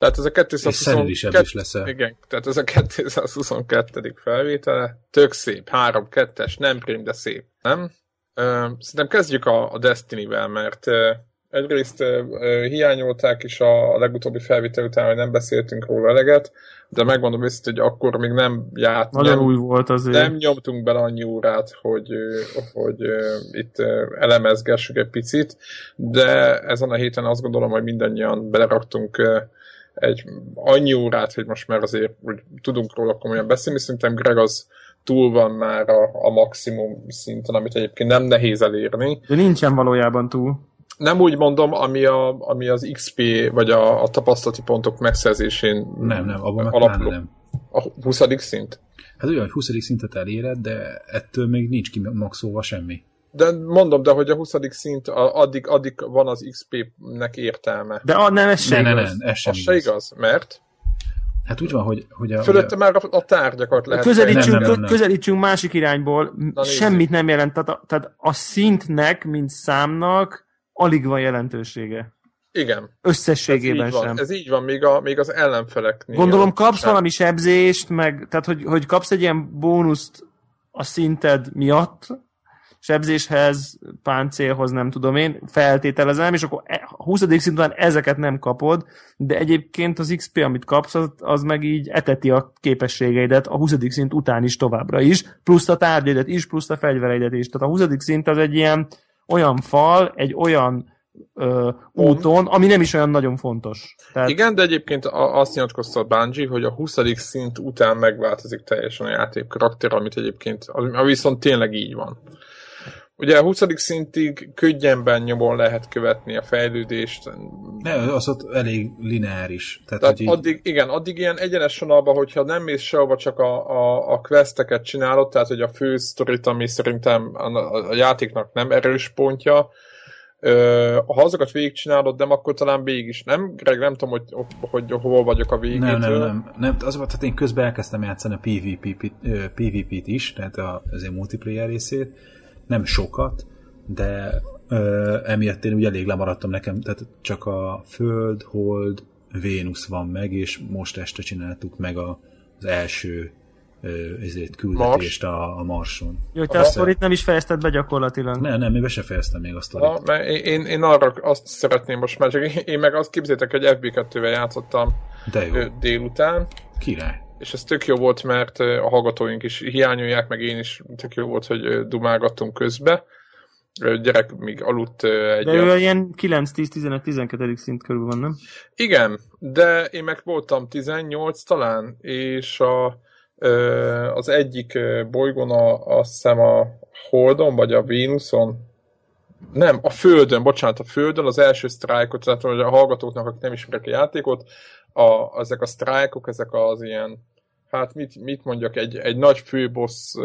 Tehát ez a 222. Leszel. Igen, tehát ez a 222. felvétele. Tök szép. 3-2-es, nem prim, de szép. Nem? Szerintem kezdjük a Destiny-vel, mert egyrészt hiányolták is a legutóbbi felvétel után, hogy nem beszéltünk róla eleget, de megmondom őszintén, hogy akkor még nem Nagyon új volt azért. Nem nyomtunk bele annyi órát, hogy itt elemezgessük egy picit, de ezen a héten azt gondolom, hogy mindannyian beleraktunk egy annyi órát, hogy most már azért hogy tudunk róla komolyan beszélni. Szerintem Greg az túl van már a maximum szinten, amit egyébként nem nehéz elérni. De nincsen valójában túl. Nem úgy mondom, ami az XP vagy a tapasztalati pontok megszerzésén abban alapuló. Nem. A 20. szint? Hát olyan, hogy 20. szintet eléred, de ettől még nincs kimaxolva semmi. De mondom, de hogy a 20. szint addig van az XP-nek értelme. De nem, ez sem igaz. Nem, ez sem az se igaz, mert? Hát úgy van, hogy fölötte már a tárgyakat lehet... Közelítsünk másik irányból. Semmit nem jelent. Tehát a szintnek, mint számnak alig van jelentősége. Igen. Összességében sem. Ez így van, még az ellenfeleknél. Gondolom kapsz valami sebzést, meg, tehát hogy kapsz egy ilyen bónuszt a szinted miatt, sebzéshez, páncélhoz, nem tudom én, feltételezem, és akkor a 20. szint után ezeket nem kapod, de egyébként az XP, amit kapsz, az meg így eteti a képességeidet a 20. szint után is továbbra is, plusz a tárgyaidat is, plusz a fegyvereidet is. Tehát a 20. szint az egy ilyen olyan fal, egy olyan úton, ami nem is olyan nagyon fontos. Tehát... Igen, de egyébként azt nyilatkozta a Bungie, hogy a 20. szint után megváltozik teljesen a játék karakter, amit egyébként, ami viszont tényleg így van. Ugye a 20. szintig könnyebben nyomon lehet követni a fejlődést. Az ott elég lineáris. Tehát addig ilyen egyenes vonalban, hogyha nem mész sehova, csak a questeket csinálod, tehát hogy a fő sztorit, ami szerintem a játéknak nem erős pontja, ha azokat végigcsinálod, nem, akkor talán végig is. Nem, Greg, nem tudom, hogy hol vagyok a végétől. Nem. Tehát én közben elkezdtem játszani a PvP-t is, tehát az én multiplayer részét. Nem sokat, de emiatt én ugye elég lemaradtam nekem, tehát csak a Föld, Hold, Vénusz van meg, és most este csináltuk meg az első küldetést a Marson. Jó, te a sztorit nem is fejezted be gyakorlatilag. Nem, én be se fejeztem még a sztorit. Én arra azt szeretném most már, csak én meg azt képzeljétek, hogy FB2-vel játszottam délután. Király. És ez tök jó volt, mert a hallgatóink is hiányolják, meg én is tök jó volt, hogy dumálgattunk közbe. Gyerek még aludt egy... De ő ilyen 9-10-11-12. szint körül van, nem? Igen, de én meg voltam 18 talán, és az egyik bolygón, azt hiszem a Holdon, vagy a Vénuszon, nem, a Földön, az első sztrájkot, tehát a hallgatóknak, akik nem ismerik a játékot, ezek a sztrájkok, ezek az ilyen, hát mit mondjak, egy nagy főbossz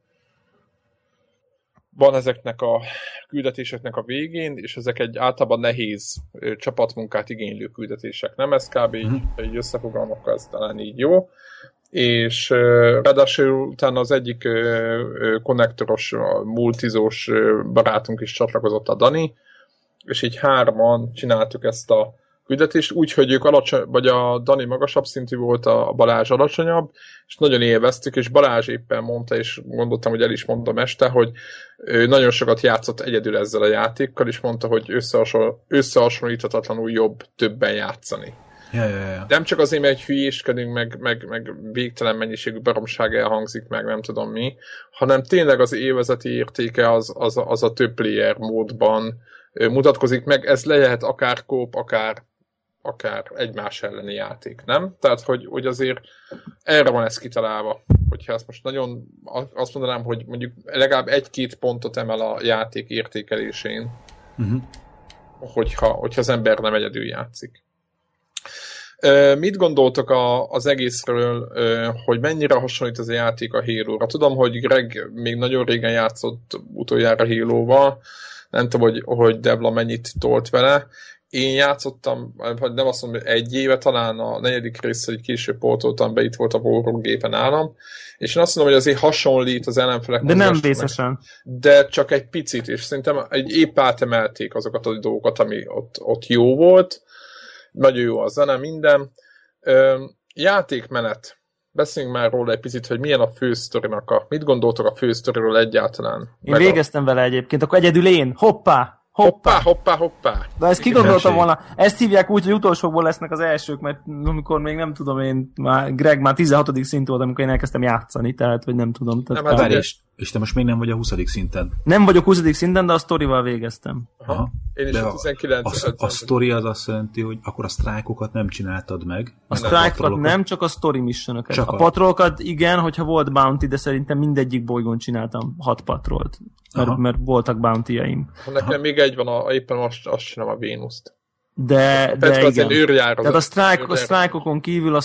van ezeknek a küldetéseknek a végén, és ezek egy általában nehéz csapatmunkát igénylő küldetések. Nem ez kb. Így összefoglalmak, ez talán így jó. És ráadásul utána az egyik konnektoros, multizós barátunk is csatlakozott, a Dani, és így 3-an csináltuk ezt a küldetést, úgyhogy ők vagy a Dani magasabb szintű volt, a Balázs alacsonyabb, és nagyon élveztük, és Balázs éppen mondta, és gondoltam, hogy el is mondom este, hogy ő nagyon sokat játszott egyedül ezzel a játékkal, és mondta, hogy összehasonlíthatatlanul jobb többen játszani. Ja. Nem csak azért, mert hülyéskedünk, meg végtelen mennyiségű baromság elhangzik, meg nem tudom mi, hanem tényleg az élvezeti értéke az a több player módban mutatkozik meg. Ez lehet akár kóp, akár egymás elleni játék, nem? Tehát, hogy azért erre van ez kitalálva. Hogyha ezt most nagyon azt mondanám, hogy mondjuk legalább 1-2 pontot emel a játék értékelésén, hogyha az ember nem egyedül játszik. Mit gondoltok az egészről, hogy mennyire hasonlít ez a játék a Halo-ra? Tudom, hogy Greg még nagyon régen játszott utoljára Halo-val, nem tudom, hogy Debla mennyit tolt vele. Én játszottam, nem azt mondom, hogy 1 éve, talán a 4. része, hogy később pótoltam be, itt volt a Warrock gépen nálam, és én azt mondom, hogy azért hasonlít az ellenfelek. De nem vészesen. De csak egy picit, és szerintem épp átemelték azokat a dolgokat, ami ott jó volt. Nagyon jó a zene, minden. Játékmenet. Beszéljünk már róla egy picit, hogy milyen a fősztorinak Mit gondoltok a fősztoriról egyáltalán? Én végeztem vele egyébként, akkor egyedül én. Hoppá! De ezt kigondoltam volna. Ezt hívják úgy, hogy utolsókból lesznek az elsők, mert amikor még nem tudom én, Greg már 16. szint volt, amikor én elkezdtem játszani, tehát, vagy nem tudom. Tehát nem, és te most még nem vagy a 20. szinten? Nem vagyok 20. szinten, de a sztorival végeztem. Aha. Én is de a 19. A sztori az azt jelenti, hogy akkor a sztrájkokat nem csináltad meg. A sztrájkokat nem, csak a story missionokat. A patrolokat igen, hogyha volt bounty, de szerintem mindegyik bolygón csináltam 6 patrolt. Mert voltak bounty-jaim. Nekem még egy van, éppen azt csinálom a Vénuszt. De igen. Tehát a sztrájkokon kívül a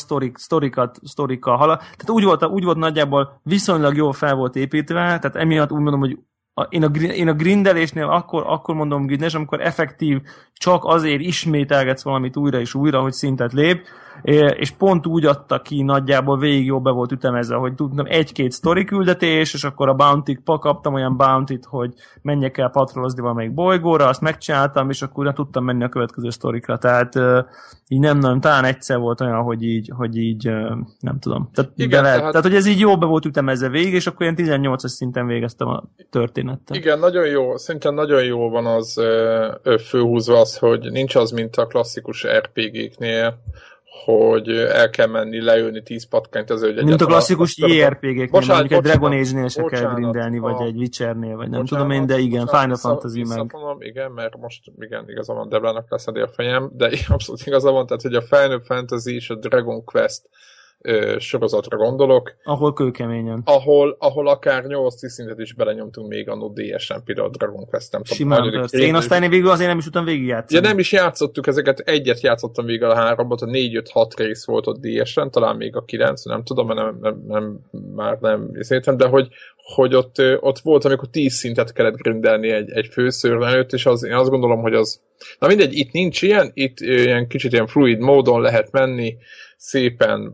sztorikkal tehát úgy volt nagyjából viszonylag jól fel volt építve, tehát emiatt úgy mondom, hogy én a grindelésnél akkor mondom grindelés, amikor effektív csak azért ismételgetsz valamit újra és újra, hogy szintet lép, és pont úgy adta ki nagyjából végig jobb be volt ütemezve, hogy tudtam egy-két sztori küldetés, és akkor a bounty-pa kaptam olyan bounty-t, hogy menjek el patrolozni valamelyik bolygóra, azt megcsináltam, és akkor tudtam menni a következő sztorikra. Tehát így nem, talán egyszer volt olyan, hogy így nem tudom. Tehát, hogy ez így jó be volt ütemezve végig, és akkor ilyen 18-as szinten végeztem a történettel. Igen, nagyon jó, szerintem nagyon jó van az főhúzva az, hogy nincs az, mint a klasszikus RPG-knél, hogy el kell menni, leülni 10 patkányt azért, hogy mint a klasszikus JRPG-knél, mondjuk egy Dragon Age-nél se kell grindelni, vagy egy Witchernél, vagy nem tudom én, de igen, Final Fantasy meg. Igen, mert most igen, igaza van, Deblának lesz a fejem, de abszolút igaza van, tehát hogy a Final Fantasy és a Dragon Quest sorozatra gondolok. Ahol kőkeményen. Ahol akár 8-10 szintet is belenyomtunk még annó DS-en, például a Dragon Quest, nem tudom. Én aztán végül azért nem is tudtam végigjátszani. Ja, nem is játszottuk ezeket, egyet játszottam végül a 3-ot, a 4-5-6 rész volt ott DS-en, talán még a 9, nem tudom, mert már nem értem, de hogy ott volt, amikor 10 szintet kellett grindelni egy főszörny előtt, és én azt gondolom, hogy az... Na mindegy, itt nincs ilyen, itt ilyen kicsit ilyen fluid módon lehet menni, szépen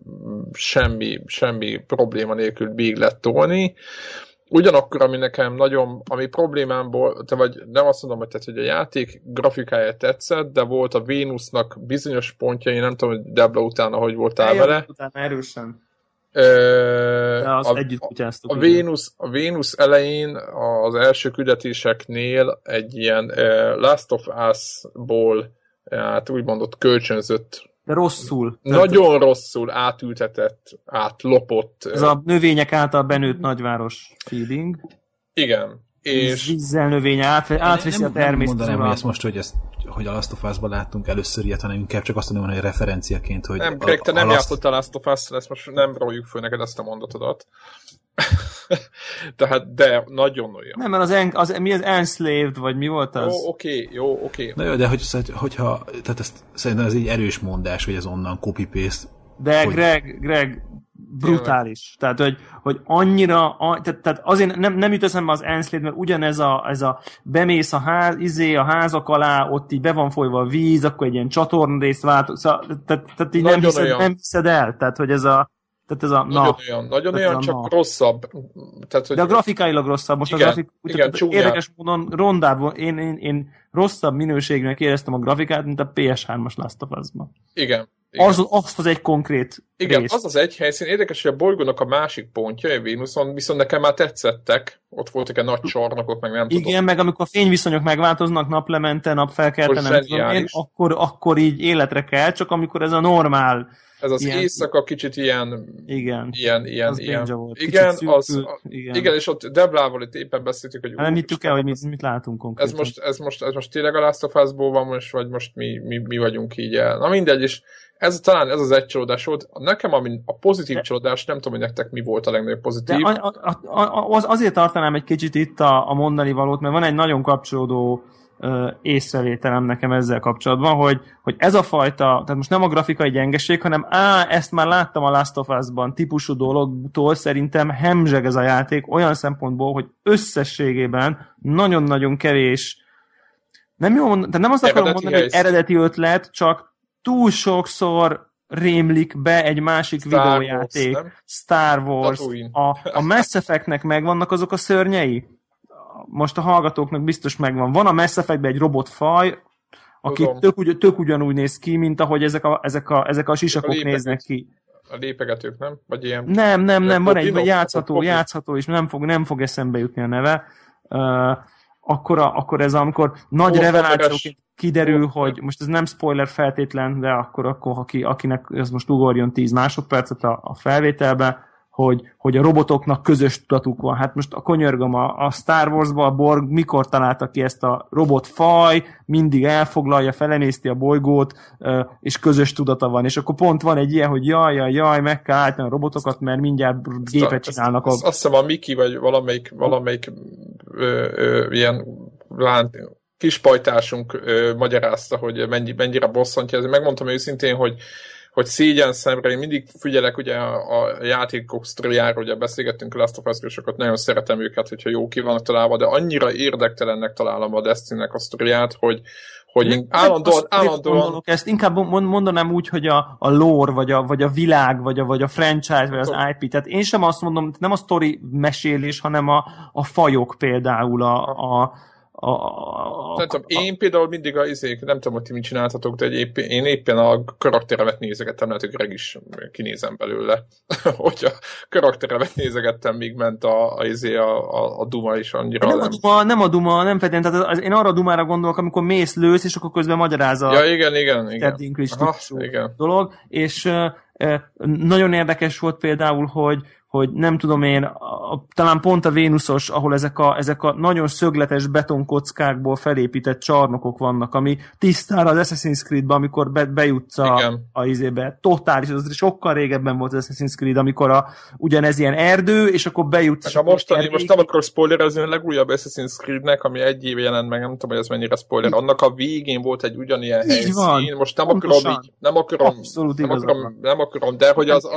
semmi probléma nélkül végig lehet tolni. Ugyanakkor, ami problémámból, vagy nem azt mondom, hogy a játék grafikája tetszett, de volt a Vénusznak bizonyos pontjai, nem tudom, hogy Debla utána hogy voltál vele. Utána erősen. De azt együtt kutyáztuk. A Vénusz elején az első küldetéseknél egy ilyen Last of Us-ból hát úgymondott kölcsönzött, de rosszul. Nagyon rosszul átültetett, átlopott. Ez a növények által benőtt nagyváros feeling. Igen. És vízzel növénye átveszi a természetet. Nem mondanám, hogy ezt most, hogy a Last of Us-ban láttunk először ilyet, hanem inkább csak azt mondom, hogy referenciaként, hogy... Nem, Greg, te nem játszottál a Last of Us-t, ezt most nem róljuk föl neked ezt a mondatodat. Tehát, de nagyon olyan. Nem, mert mi az Enslaved, vagy mi volt az? Jó, oké. Na jó, de hogyha tehát szerintem ez egy erős mondás, hogy ez onnan copy-paste. De hogy... Greg, brutális. Tehát, hogy annyira, tehát azért nem jut eszembe az Enslaved, mert ugyanez a bemész a házak alá, ott így be van folyva a víz, akkor egy ilyen csatornarészt tehát így nem hiszed el. Tehát, hogy ez a nagyon olyan, csak rosszabb. Tehát, hogy... De a grafikailag rosszabb. Most igen, érdekes módon rondább, én rosszabb minőségűnek éreztem a grafikát, mint a PS3-as Last of Us-ban. Igen. Azt az egy konkrét rész. Az az egy helyszín. Érdekes, hogy a bolygónak a másik pontja, a Vénuszon, viszont nekem már tetszettek. Ott voltak egy nagy csarnokok, meg nem tudom. Igen, meg amikor a fényviszonyok megváltoznak naplemente, napfelkelte, nem tudom én, akkor így életre kell, csak amikor ez a normál. Ez az éjszaka kicsit ilyen... Igen. Ilyen. Volt. Igen, és ott Deblával itt éppen beszéltük, hogy... Nem hittük el, hogy mit látunk konkrétan. Ez most tényleg a Last of Us-ból van, vagy most mi vagyunk így el. Na mindegy, és talán ez az egy csalódás volt. Nekem a pozitív csalódás, nem tudom, hogy nektek mi volt a legnagyobb pozitív. De azért tartanám egy kicsit itt a mondani valót, mert van egy nagyon kapcsolódó észrevételem nekem ezzel kapcsolatban, hogy ez a fajta, tehát most nem a grafikai gyengeség, hanem ezt már láttam a Last of Us-ban típusú dologtól, szerintem hemzseg ez a játék olyan szempontból, hogy összességében nagyon-nagyon kevés, tehát nem azt akarom mondani, hogy eredeti ötlet, csak túl sokszor rémlik be egy másik videójáték. Star Wars. A Mass Effect-nek megvannak azok a szörnyei? Most a hallgatóknak biztos megvan. Van a Mass Effect-ben egy robotfaj, aki tök ugyanúgy néz ki, mint ahogy ezek a sisakok néznek ki. A lépegetők, nem? Vagy ilyen... Nem, van egy játszható, és nem fog eszembe jutni a neve. Akkor ez amikor nagy revelációként kiderül, hogy most ez nem spoiler feltétlen, de akkor akinek ez most ugorjon 10 másodpercet a felvételbe, hogy a robotoknak közös tudatuk van. Hát most könyörgöm, a Star Wars-ban a Borg mikor találta ki ezt a robotfaj, mindig elfoglalja, felemészti a bolygót, és közös tudata van. És akkor pont van egy ilyen, hogy jaj, meg kell állítani a robotokat, mert mindjárt gépet csinálnak. Azt hiszem a Mickey, vagy valamelyik ilyen kispajtásunk magyarázta, hogy mennyire bosszantja. Ezért megmondtam őszintén, hogy szégyen szemre, én mindig figyelek ugye a játékok sztoriára, ugye beszélgettünk Last of Us-ról, sokat nagyon szeretem őket, hogyha jó ki vannak találva, de annyira érdektelennek találom a Destiny-nek a sztoriát, hogy én állandóan... Ezt inkább mondanám úgy, hogy a lore, vagy a világ, vagy a franchise, vagy az IP. Tehát én sem azt mondom, nem a sztori mesélés, hanem a fajok például, nem tudom, én például mindig nem tudom, hogy ti mit csináltatok, de én éppen a karakteremet nézegettem, lehet, hogy Greg is kinézem belőle. Hogy a karakteremet nézegettem, míg ment a Duma is annyira. Nem a Duma, nem feltétlenül. Tehát én arra a Dumára gondolok, amikor mész, lősz, és akkor közben magyarázza. Ja, igen. Igen. Dolog. És nagyon érdekes volt például, hogy nem tudom én, talán pont a Vénuszos, ahol ezek a nagyon szögletes betonkockákból felépített csarnokok vannak, ami tisztára az Assassin's Creed-be, amikor bejutsz a izébe. Totális, az sokkal régebben volt az Assassin's Creed, amikor ugyanez ilyen erdő, és akkor bejutsz. Most nem akarok spoilerezni a legújabb Assassin's Creed-nek, ami 1 éve jelent meg, nem tudom, hogy ez mennyire spoiler. Annak a végén volt egy ugyanilyen helyszín. Most nem akarom, de hogy az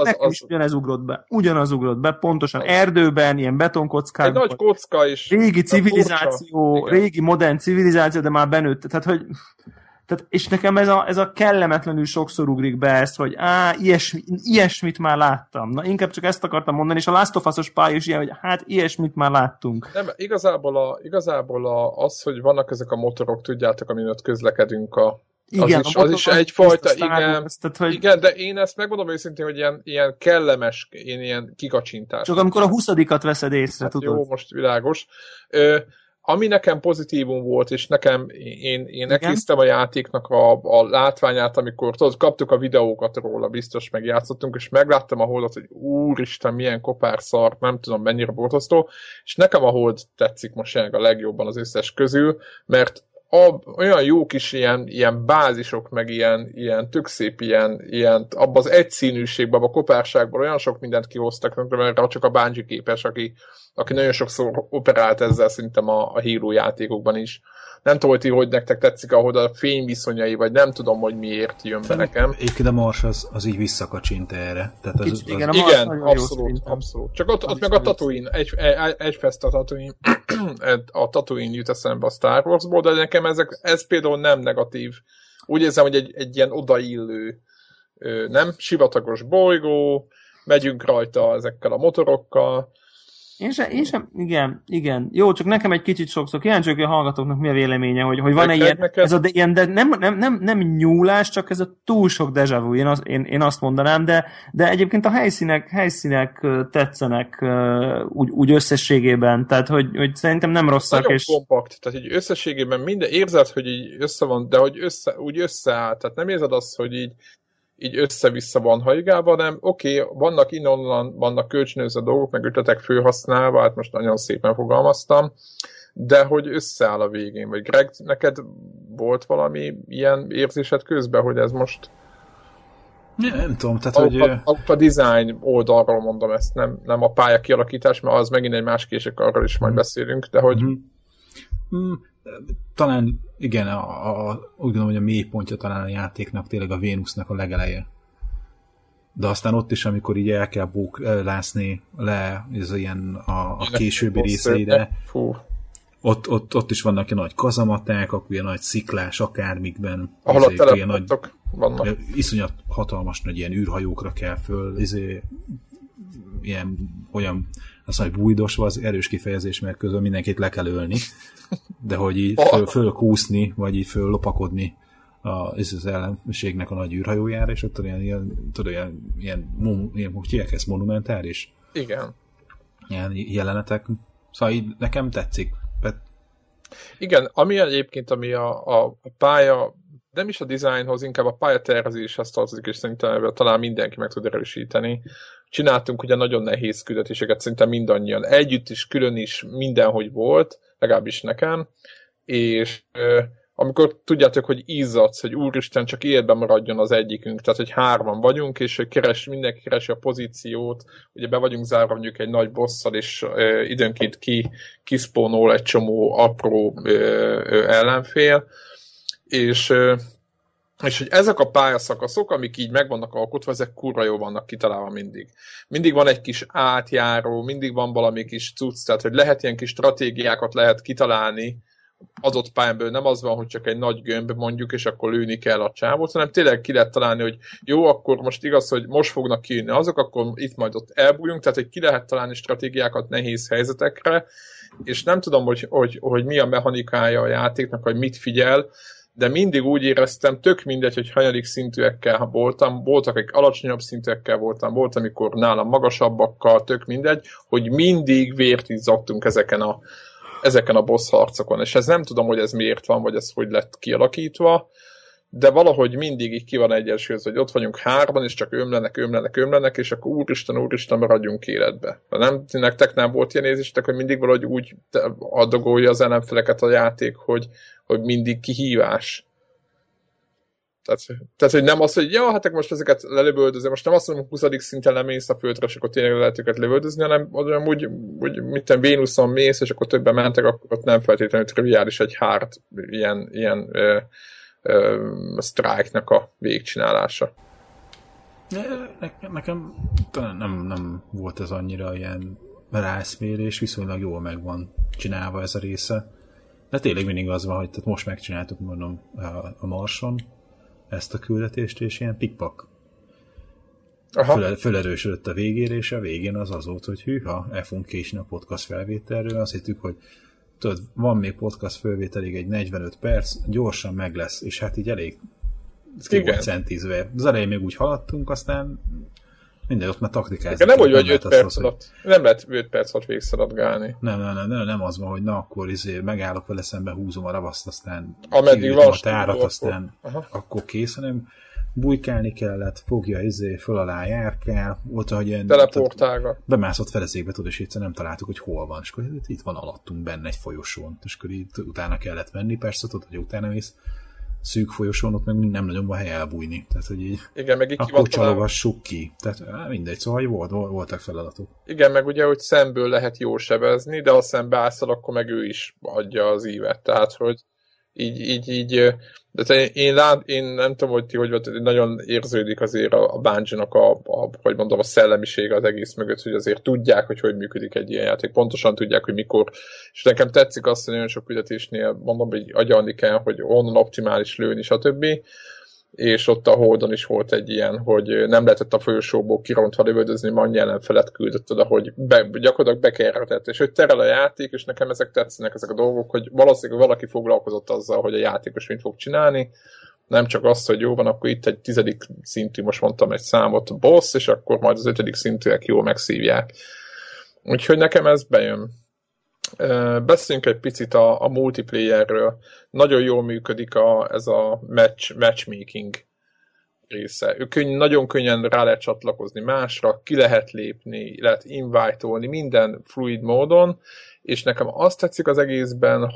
ugyanaz ugrott be, pontosan erdőben, ilyen betonkockában. Egy nagy kocka is. Régi civilizáció, régi modern civilizáció, de már benőtt. Tehát, és nekem ez a kellemetlenül sokszor ugrik be ezt, hogy ilyesmit már láttam. Na, inkább csak ezt akartam mondani, és a Last of Us-os pálya is ilyen, hogy hát ilyesmit már láttunk. Nem, igazából az, hogy vannak ezek a motorok, tudjátok, amin ott közlekedünk igen, az is egyfajta, igen, de én ezt megmondom őszintén, hogy ilyen kellemes, ilyen kikacsintás. Csak amikor a 20-at veszed észre, hát tudod. Jó, most világos. Ami nekem pozitívum volt, és én elkésztem a játéknak a látványát, amikor kaptuk a videókat róla, biztos megjátszottunk, és megláttam a Holdat, hogy úristen, milyen kopár szar, nem tudom, mennyire borzasztó, és nekem a Hold tetszik most a legjobban az összes közül, mert olyan jó kis ilyen bázisok, meg ilyen tök szép, ilyen abban az egyszínűségben, a kopárságban olyan sok mindent kihoztak, mert csak a Bungie képes, aki nagyon sokszor operált ezzel szerintem a Halo játékokban is. Nem tudom, hogy ti, hogy nektek tetszik, ahol a fényviszonyai, vagy nem tudom, hogy miért jön be nekem. Egyébként a Mars az így visszakacsint erre. Tehát igen, abszolút. Csak ott meg a Tatooine, egy fest a Tatooine jut eszembe a Star Warsból, de nekem ez például nem negatív. Úgy érzem, hogy egy ilyen odaillő, nem sivatagos bolygó, megyünk rajta ezekkel a motorokkal. Én sem, igen. Jó, csak nekem egy kicsit sokszor kíváncsi vagyok, a hallgatóknak mi a véleménye, hogy van-e ilyen, de nem nyúlás, csak ez a túl sok déjà vu, én azt mondanám, de egyébként a helyszínek tetszenek úgy összességében, tehát hogy szerintem nem rosszak. Nagyon kompakt, tehát így összességében minden érzed, hogy így össze van, de hogy úgy összeáll, tehát nem érzed azt, hogy így össze-vissza van hajgálva, nem oké, vannak innen-onnan, vannak kölcsönöző dolgok, meg ötletek főhasználva, hát most nagyon szépen fogalmaztam, de hogy összeáll a végén. Vagy Greg, neked volt valami ilyen érzésed közben, hogy ez most... Nem tudom, tehát a design oldalról mondom ezt, nem a pálya kialakítás, mert az megint egy más kések, arról is majd beszélünk, de hogy... Talán igen, úgy gondolom, hogy a mélypontja talán a játéknak tényleg a Vénusznak a legeleje. De aztán ott is, amikor így el kell bóklászni le, ez ilyen a későbbi részeire, ott is vannak ilyen nagy kazamaták, akkor ilyen nagy sziklás akármikben. Ahol a teleportok vannak. Iszonyat hatalmas nagy ilyen űrhajókra kell föl, ilyen olyan, azt mondja, bújdos, az erős kifejezés, mert közben mindenkit le kell ölni, de hogy így fölkúszni, vagy így föllopakodni az ellenségnek a nagy űrhajójára, és ott ilyen hogy hívják ezt, monumentális? Igen. Ilyen jelenetek. Szóval így nekem tetszik. Igen, ami egyébként, ami a pálya, nem is a dizájnhoz, inkább a pályatervezéshez tartozik, és szerintem talán mindenki meg tud erősíteni. Csináltunk ugye nagyon nehéz küldetéseket, szerintem mindannyian. Együtt is, külön is, mindenhogy volt, legalábbis nekem. És amikor tudjátok, hogy izzadsz, hogy úristen, csak életben maradjon az egyikünk, tehát hogy 3 vagyunk, és hogy mindenki keresi a pozíciót, ugye be vagyunk zárva mondjuk egy nagy bosszal, és időnként kiszpónol egy csomó apró ellenfél, és hogy ezek a pályaszakaszok, amik így meg vannak alkotva, ezek kurva jó vannak kitalálva mindig. Mindig van egy kis átjáró, mindig van valami kis cucc, tehát hogy lehet ilyen kis stratégiákat lehet kitalálni adott pályánból, nem az van, hogy csak egy nagy gömb mondjuk, és akkor lőni kell a csávót, hanem tényleg ki lehet találni, hogy jó, akkor most igaz, hogy most fognak kijönni azok, akkor itt majd ott elbújunk, tehát hogy ki lehet találni stratégiákat nehéz helyzetekre, és nem tudom, hogy mi a mechanikája a játéknak, hogy mit figyel, de mindig úgy éreztem, tök mindegy, hogy hanyadik szintűekkel voltam, voltak, akik alacsonyabb szintűekkel voltam, volt, amikor nálam magasabbakkal, tök mindegy, hogy mindig vért izzadtunk ezeken a boss harcokon, és ez nem tudom, hogy ez miért van, vagy ez hogy lett kialakítva, de valahogy mindig így ki van egyensúlyozva, hogy ott vagyunk 3, és csak ömlenek, és akkor úristen, maradjunk életbe. De nem, nektek nem volt ilyen érzésetek, hogy mindig valahogy úgy adagolja az ellenfeleket a játék, hogy mindig kihívás. Tehát, hogy nem az, hogy ja, hát most ezeket lelövöldözöm, most nem azt mondom, hogy 20. szinten lemész a földre, és akkor tényleg lehet őket lövöldözni, hanem úgy mint Vénuszon mész, és akkor többen mentek, akkor ott nem feltétlenül triviális egy hard ilyen strike-nak a végcsinálása. Nekem nem volt ez annyira ilyen rászmérés, viszonylag jól meg van csinálva ez a része. De tényleg mindig az van, hogy most megcsináltuk, mondom, a Marson ezt a küldetést, és ilyen pikpak fölerősödött a végére, és a végén az volt, hogy hűha, el fogunk késni a podcast felvételről, azt hittük, hogy tudod, van még podcast felvételig egy 45 perc, gyorsan meg lesz, és hát így elég ki volt centízve. Az elején még úgy haladtunk, aztán minden ott már taktikázunk. Nem, hogy 5 perc alatt. Nem lehet 5 perc alatt végszaladgálni. Nem az van, hogy na akkor megállok vele szembe, húzom a ravaszt, aztán kiütöm a tárat, aztán akkor kész, hanem bujkálni kellett, fogja föl alá járkál, volt, hogy ilyen teleportálga. Bemászott felezékbe, tudod, és egyszer nem találtuk, hogy hol van, és akkor itt van alattunk benne egy folyosón, és akkor itt utána kellett menni, persze tudod, hogy utána mész szűk folyosón, ott meg nem nagyon van hely elbújni. Tehát, hogy így igen, meg akkor csalogassuk ki. Tehát mindegy, szóval voltak feladatok. Igen, meg ugye, hogy szemből lehet jól sebezni, de ha szembe állszal, akkor meg ő is adja az ívet. Tehát, hogy így de én nem tudom, hogy ti hogy volt, nagyon érződik azért a Bungie-nak hogy mondom, a szellemisége az egész mögött, hogy azért tudják, hogy működik egy ilyen játék, pontosan tudják, hogy mikor, és nekem tetszik azt, hogy nagyon sok küldetésnél mondom, hogy agyalni kell, hogy onnan optimális lőni, stb. És ott a Holdon is volt egy ilyen, hogy nem lehetett a folyosóból kirontva lövöldözni, ma annyi ellenfelet küldött oda, hogy gyakorlatilag bekerretett, és hogy terel a játék, és nekem ezek tetszenek, ezek a dolgok, hogy valószínűleg valaki foglalkozott azzal, hogy a játékos mit fog csinálni, nem csak azt, hogy jó van, akkor itt egy 10. szintű, most mondtam egy számot, boss, és akkor majd az 5. szintűek jól megszívják. Úgyhogy nekem ez bejön. Beszéljünk egy picit a multiplayerről. Nagyon jól működik ez a matchmaking része. Nagyon könnyen rá lehet csatlakozni másra, ki lehet lépni, lehet invite-olni, minden fluid módon, és nekem azt tetszik az egészben,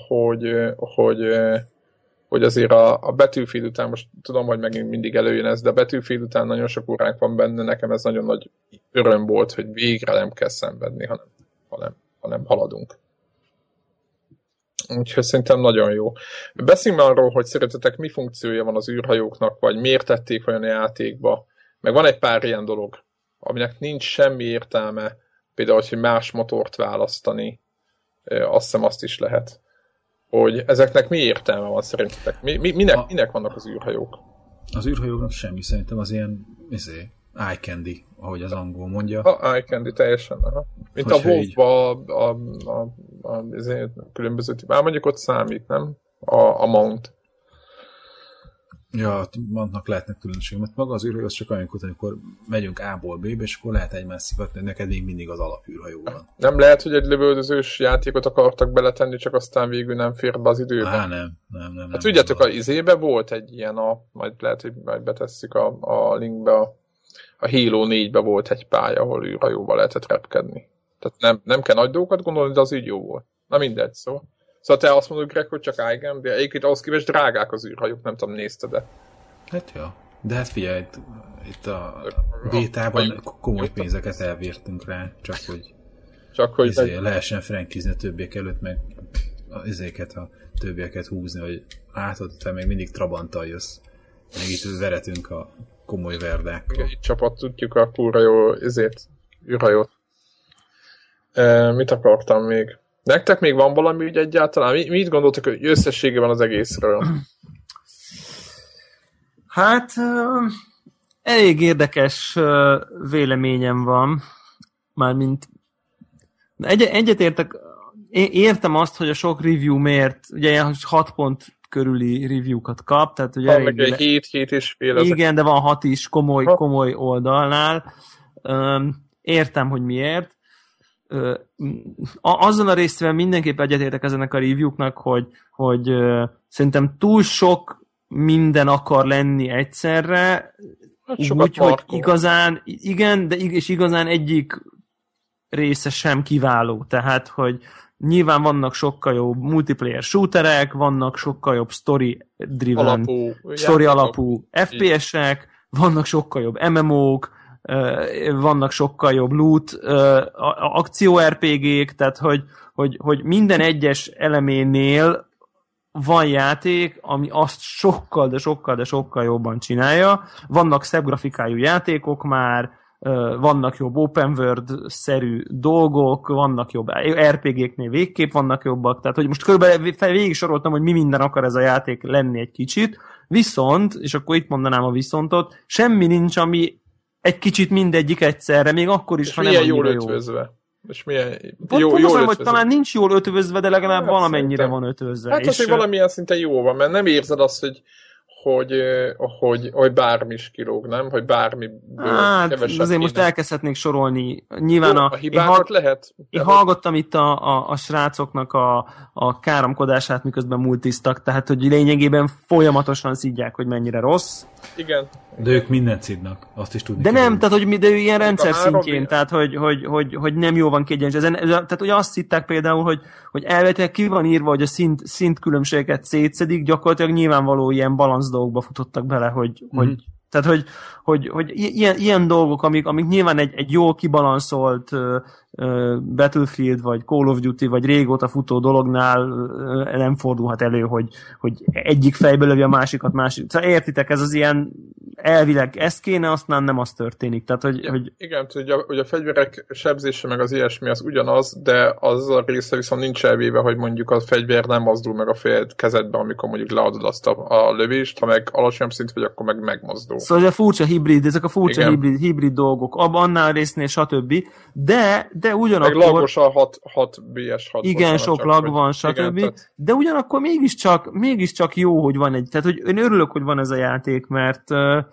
hogy azért a Battlefield után, most tudom, hogy megint mindig előjön ez, de a Battlefield után nagyon sok óránk van benne, nekem ez nagyon nagy öröm volt, hogy végre nem kell szenvedni, hanem haladunk. Úgyhogy szerintem nagyon jó. Beszéljünk arról, hogy szerintetek mi funkciója van az űrhajóknak, vagy miért tették olyan játékba. Meg van egy pár ilyen dolog, aminek nincs semmi értelme, például, hogy más motort választani, azt hiszem azt is lehet. Hogy ezeknek mi értelme van szerintetek? Minek vannak az űrhajók? Az űrhajóknak semmi, szerintem az ilyen eye candy, ahogy az angol mondja. Eye candy, teljesen. Aha. Mint a WoW-ba a különböző mondjuk ott számít, nem? A mount. Ja, annak lehetnek különbségek, mert maga az űrhajó az csak olyankor, amikor megyünk A-ból B-be, és akkor lehet egymást szivatni, neked még mindig az alapűrhajó van. Nem lehet, hogy egy lövöldözős játékot akartak beletenni, csak aztán végül nem fér be az időben? Nem. Hát tudjátok, az izébe volt egy ilyen, majd lehet, hogy majd betesszük a linkbe, a Halo 4-be volt egy pálya, ahol űrhajóval lehetett repkedni. Tehát nem kell nagy dolgokat gondolni, de az így jó volt. Na mindegy, szóval. Szóval te azt mondod, Greg, hogy csak igen, de egyébként ahhoz képest drágák az űrhajók, nem tudom, nézted-e? Hát jó. De hát figyelj, itt a bétában komoly pénzeket elvértünk rá, csak hogy lehessen frankizni a többiek előtt, meg a többieket húzni, hogy látod, te még mindig Trabanttal jössz. Meg itt veretünk a komoly verdákkal. Itt csapat tudjuk a kurva jó űrhajót. Mit akartam még? Nektek még van valami ügy egyáltalán? Mit gondoltak, hogy összességében az egészről? Hát elég érdekes véleményem van. Mármint egyetértek, értem azt, hogy a sok review miért, ugye 6 pont körüli review-kat kap, tehát ugye meg egy 7,5. Igen, de van 6 is komoly oldalnál. Értem, hogy miért. Azzal a részével mindenképp egyetértek ezenek a review-knak, hogy szerintem túl sok minden akar lenni egyszerre, úgy, hogy igazán, igen, de és igazán egyik része sem kiváló. Tehát, hogy nyilván vannak sokkal jobb multiplayer shooterek, vannak sokkal jobb story-driven, story alapú FPS-ek, vannak sokkal jobb MMO-k, vannak sokkal jobb loot, akció RPG-k, tehát hogy minden egyes eleménél van játék, ami azt sokkal jobban csinálja. Vannak szebb grafikájú játékok már, vannak jobb open world-szerű dolgok, vannak jobb RPG-knél végképp vannak jobbak, tehát hogy most körülbelül végig soroltam, hogy mi minden akar ez a játék lenni egy kicsit, viszont, és akkor itt mondanám a viszontot, semmi nincs, ami egy kicsit mindegyik egyszerre, még akkor is, ha nem annyira jól ötvözve. És milyen jól ötvözve. Hogy talán nincs jól ötvözve, de legalább valamennyire van ötvözve. Hát azért valamilyen szinten jó van, mert nem érzed azt, hogy bármi is kilóg, nem? Hogy bármi kevesebb azért kéne. Most elkezdhetnék sorolni. Nyilván jó, a hibákat lehet. Én hallgattam itt a srácoknak a káromkodását, miközben multiztak, tehát hogy lényegében folyamatosan szidják, hogy mennyire rossz. Igen. De ők mindent szidnak, azt is tudni. De nem, tehát hogy de ő ilyen rendszer szintjén, tehát hogy nem jó van kiegyensúlyozni. Tehát hogy azt hitták például, hogy elvetően ki van írva, hogy a szintkülönbségeket szétszedik, gyakorlatilag nyilvánvaló ilyen balansz dolgokba futottak bele, hogy tehát, hogy ilyen dolgok, amik nyilván egy jól kibalanszolt Battlefield, vagy Call of Duty, vagy régóta futó dolognál nem fordulhat elő, hogy egyik fejbe lövi a másikat, Szóval értitek, ez az ilyen elvileg ez kéne, aztán nem az történik. Tehát, hogy... Igen, hogy a fegyverek sebzése meg az ilyesmi az ugyanaz, de az a része viszont nincs elvéve, hogy mondjuk a fegyver nem mozdul meg a kezedbe, amikor mondjuk leadod azt a lövést, ha meg alacsonyabb szint vagy, akkor meg megmozdul. Szóval ez a furcsa hibrid, ezek a furcsa hibrid dolgok, annál résznél stb. De ugyanakkor... Meg lagos a 6 BS6. Igen, sok lag van, stb. Igen, de ugyanakkor mégiscsak jó, hogy van egy... Tehát, hogy én örülök, hogy van ez a játék, mert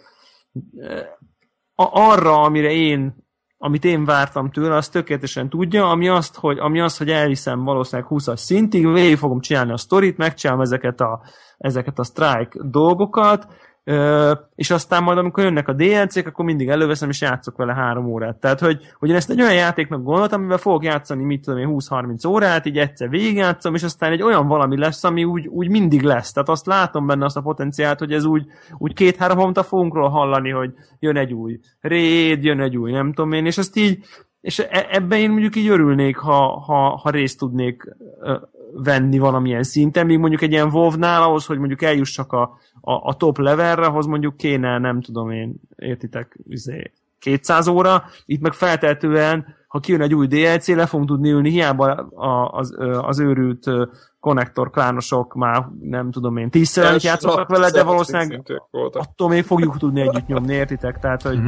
arra, amit én vártam tőle, azt tökéletesen tudja, ami azt, hogy elviszem valószínűleg 20-as szintig, végig fogom csinálni a sztorit, megcsinálom ezeket a strike dolgokat, és aztán majd, amikor jönnek a DLC-k, akkor mindig előveszem, és játszok vele 3 órát. Tehát, hogy én ezt egy olyan játéknak gondoltam, amivel fogok játszani, mit tudom én, 20-30 órát, így egyszer végigjátszom, és aztán egy olyan valami lesz, ami úgy mindig lesz. Tehát azt látom benne azt a potenciált, hogy ez úgy 2-3 havonta fogunk róla hallani, hogy jön egy új raid, jön egy új nem tudom én, és ezt így, és ebben én mondjuk így örülnék, ha részt tudnék venni valamilyen szinten, míg mondjuk egy ilyen WoW-nál ahhoz, hogy mondjuk eljussak a top levelre, ahhoz mondjuk kéne, nem tudom én, értitek, 200 óra, itt meg feltehetően ha kijön egy új DLC, le fogunk tudni ülni, hiába az őrült konnektor klánosok már nem tudom én 10-szer annyit játszottak vele, de valószínűleg attól még fogjuk tudni együtt nyomni, értitek? Tehát, hogy,